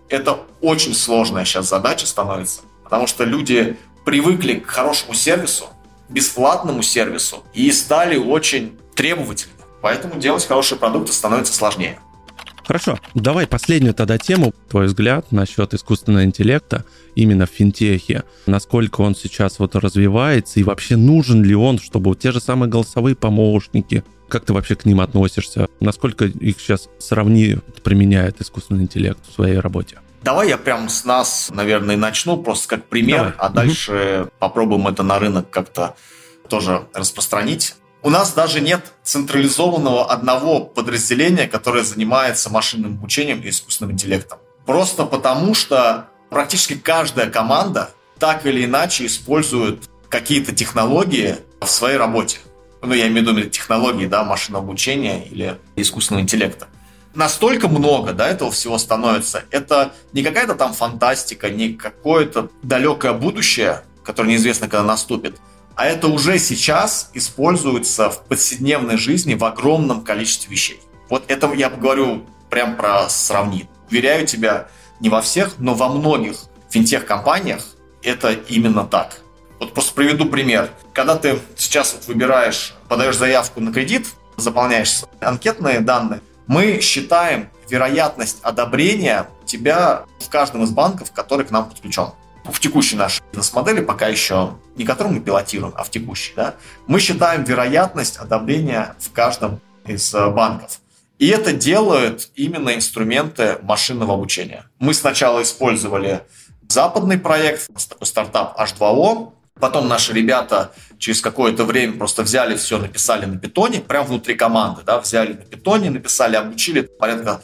Это очень сложная сейчас задача становится, потому что люди привыкли к хорошему сервису, бесплатному сервису и стали очень требовательны. Поэтому делать хорошие продукты становится сложнее. Хорошо, давай последнюю тогда тему, твой взгляд насчет искусственного интеллекта именно в финтехе. Насколько он сейчас развивается и вообще нужен ли он, чтобы те же самые голосовые помощники, как ты вообще к ним относишься? Насколько их сейчас применяет искусственный интеллект в своей работе? Давай я прям с нас, наверное, начну, просто как пример, а дальше попробуем это на рынок как-то тоже распространить. У нас даже нет централизованного одного подразделения, которое занимается машинным обучением и искусственным интеллектом. Просто потому, что практически каждая команда так или иначе использует какие-то технологии в своей работе. Я имею в виду технологии, машинного обучения или искусственного интеллекта. Настолько много, этого всего становится. Это не какая-то там фантастика, не какое-то далекое будущее, которое неизвестно, когда наступит. А это уже сейчас используется в повседневной жизни в огромном количестве вещей. Это я говорю прям про сравнить. Уверяю тебя, не во всех, но во многих финтех-компаниях это именно так. Просто приведу пример. Когда ты сейчас подаешь заявку на кредит, заполняешь анкетные данные, мы считаем вероятность одобрения тебя в каждом из банков, который к нам подключен. В текущей нашей бизнес-модели, пока еще не которую мы пилотируем, а в текущей, мы считаем вероятность одобрения в каждом из банков. И это делают именно инструменты машинного обучения. Мы сначала использовали западный проект, такой стартап H2O, потом наши ребята через какое-то время просто взяли все, написали на питоне, прямо внутри команды, взяли на питоне, написали, обучили порядка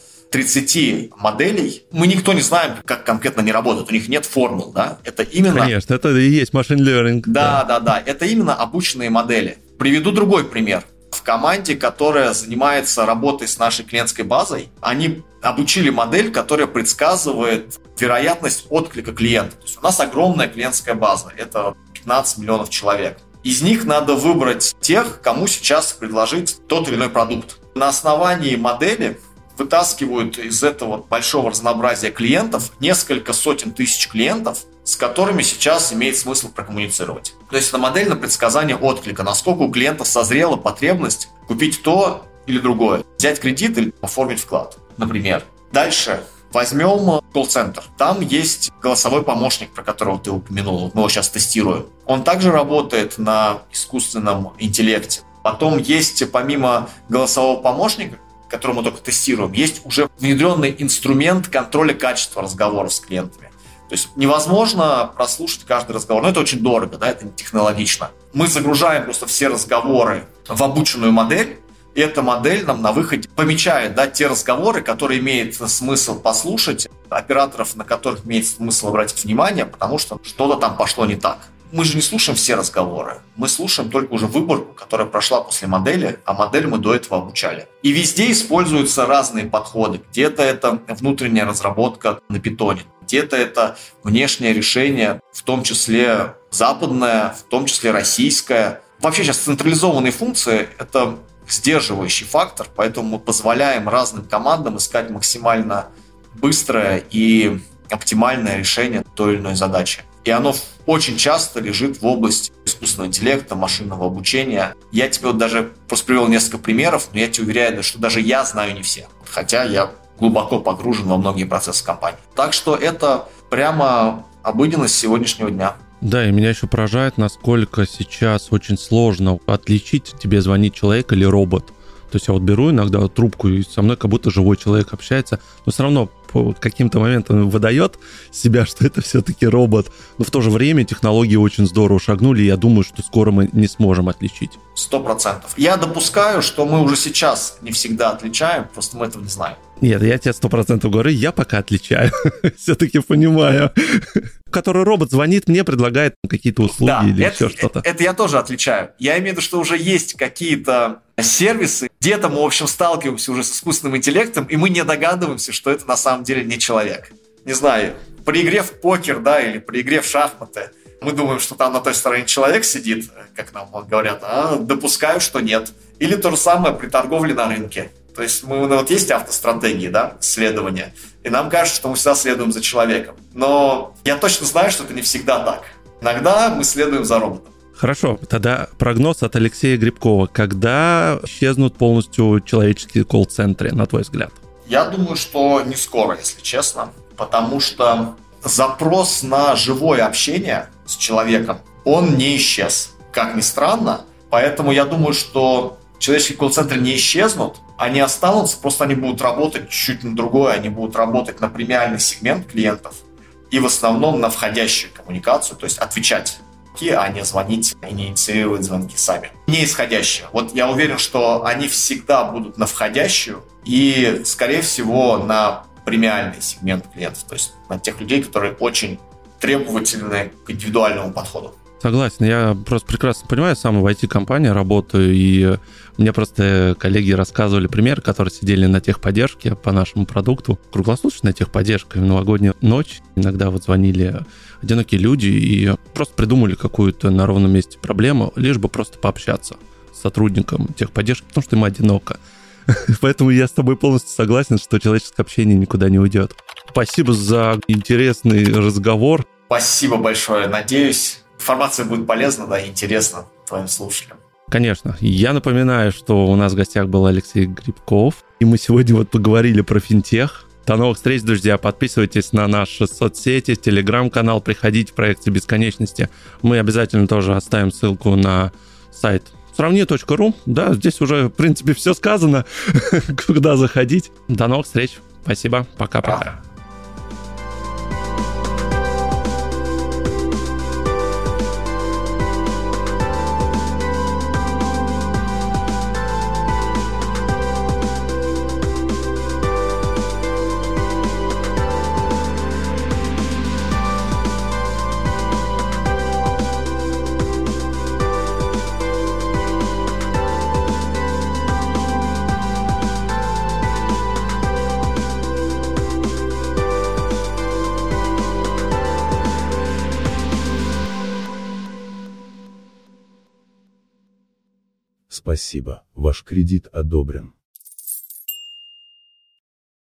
30 моделей. Мы никто не знаем, как конкретно они работают. У них нет формул, Это именно... Конечно, это и есть machine learning. Да. Это именно обученные модели. Приведу другой пример. В команде, которая занимается работой с нашей клиентской базой, они обучили модель, которая предсказывает вероятность отклика клиента. То есть у нас огромная клиентская база. Это 15 миллионов человек. Из них надо выбрать тех, кому сейчас предложить тот или иной продукт. На основании модели вытаскивают из этого большого разнообразия клиентов несколько сотен тысяч клиентов, с которыми сейчас имеет смысл прокоммуницировать. То есть это модель на предсказание отклика, насколько у клиента созрела потребность купить то или другое, взять кредит или оформить вклад, например. Дальше возьмем колл-центр. Там есть голосовой помощник, про которого ты упомянул. Мы его сейчас тестируем. Он также работает на искусственном интеллекте. Потом есть, помимо голосового помощника, который мы только тестируем, есть уже внедренный инструмент контроля качества разговоров с клиентами. То есть невозможно прослушать каждый разговор, но это очень дорого, это не технологично. Мы загружаем просто все разговоры в обученную модель, и эта модель нам на выходе помечает те разговоры, которые имеет смысл послушать, операторов, на которых имеет смысл обратить внимание, потому что что-то там пошло не так. Мы же не слушаем все разговоры. Мы слушаем только уже выборку, которая прошла после модели, а модель мы до этого обучали. И везде используются разные подходы. Где-то это внутренняя разработка на питоне, где-то это внешнее решение, в том числе западное, в том числе российское. Вообще сейчас централизованные функции – это сдерживающий фактор, поэтому мы позволяем разным командам искать максимально быстрое и оптимальное решение той или иной задачи. И оно очень часто лежит в области искусственного интеллекта, машинного обучения. Я тебе даже просто привел несколько примеров, но я тебе уверяю, что даже я знаю не все. Хотя я глубоко погружен во многие процессы компании. Так что это прямо обыденность сегодняшнего дня. Да, и меня еще поражает, насколько сейчас очень сложно отличить, тебе звонит человек или робот. То есть я беру иногда трубку, и со мной как будто живой человек общается, но все равно по каким-то моментам выдает себя, что это все-таки робот. Но в то же время технологии очень здорово шагнули, и я думаю, что скоро мы не сможем отличить. 100%. Я допускаю, что мы уже сейчас не всегда отличаем, просто мы этого не знаем. Нет, я тебе 100% говорю, я пока отличаю. Все-таки понимаю. Который робот звонит, мне предлагает какие-то услуги или еще что-то. Это я тоже отличаю. Я имею в виду, что уже есть какие-то сервисы, где-то мы, в общем, сталкиваемся уже с искусственным интеллектом, и мы не догадываемся, что это на самом деле не человек. Не знаю, при игре в покер, или при игре в шахматы, мы думаем, что там на той стороне человек сидит, как нам говорят, а допускаю, что нет. Или то же самое при торговле на рынке. То есть вот есть автостратегии, да, следования, и нам кажется, что мы всегда следуем за человеком. Но я точно знаю, что это не всегда так. Иногда мы следуем за роботом. Хорошо, тогда прогноз от Алексея Грибкова. Когда исчезнут полностью человеческие колл-центры, на твой взгляд? Я думаю, что не скоро, если честно, потому что запрос на живое общение с человеком, он не исчез, как ни странно. Поэтому я думаю, что человеческие колл-центры не исчезнут, они останутся, просто они будут работать чуть-чуть на другое, они будут работать на премиальный сегмент клиентов и в основном на входящую коммуникацию, то есть отвечать, а не звонить и не инициировать звонки сами. Не исходящие. Вот я уверен, что они всегда будут на входящую и, скорее всего, на премиальный сегмент клиентов, то есть на тех людей, которые очень требовательны к индивидуальному подходу. Согласен, я просто прекрасно понимаю, сам в IT-компании работаю, и мне просто коллеги рассказывали примеры, которые сидели на техподдержке по нашему продукту, круглосуточная техподдержка, в новогоднюю ночь иногда вот звонили одинокие люди и просто придумали какую-то на ровном месте проблему, лишь бы просто пообщаться с сотрудником техподдержки, потому что им одиноко. Поэтому я с тобой полностью согласен, что человеческое общение никуда не уйдет. Спасибо за интересный разговор. Спасибо большое, надеюсь, информация будет полезна, да, и интересна твоим слушателям. Конечно. Я напоминаю, что у нас в гостях был Алексей Грибков, и мы сегодня вот поговорили про финтех. До новых встреч, друзья. Подписывайтесь на наши соцсети, телеграм-канал, приходите в проекты бесконечности. Мы обязательно тоже оставим ссылку на сайт сравни.ру. Да, здесь уже, в принципе, все сказано, куда заходить. До новых встреч. Спасибо. Пока-пока. Спасибо, ваш кредит одобрен.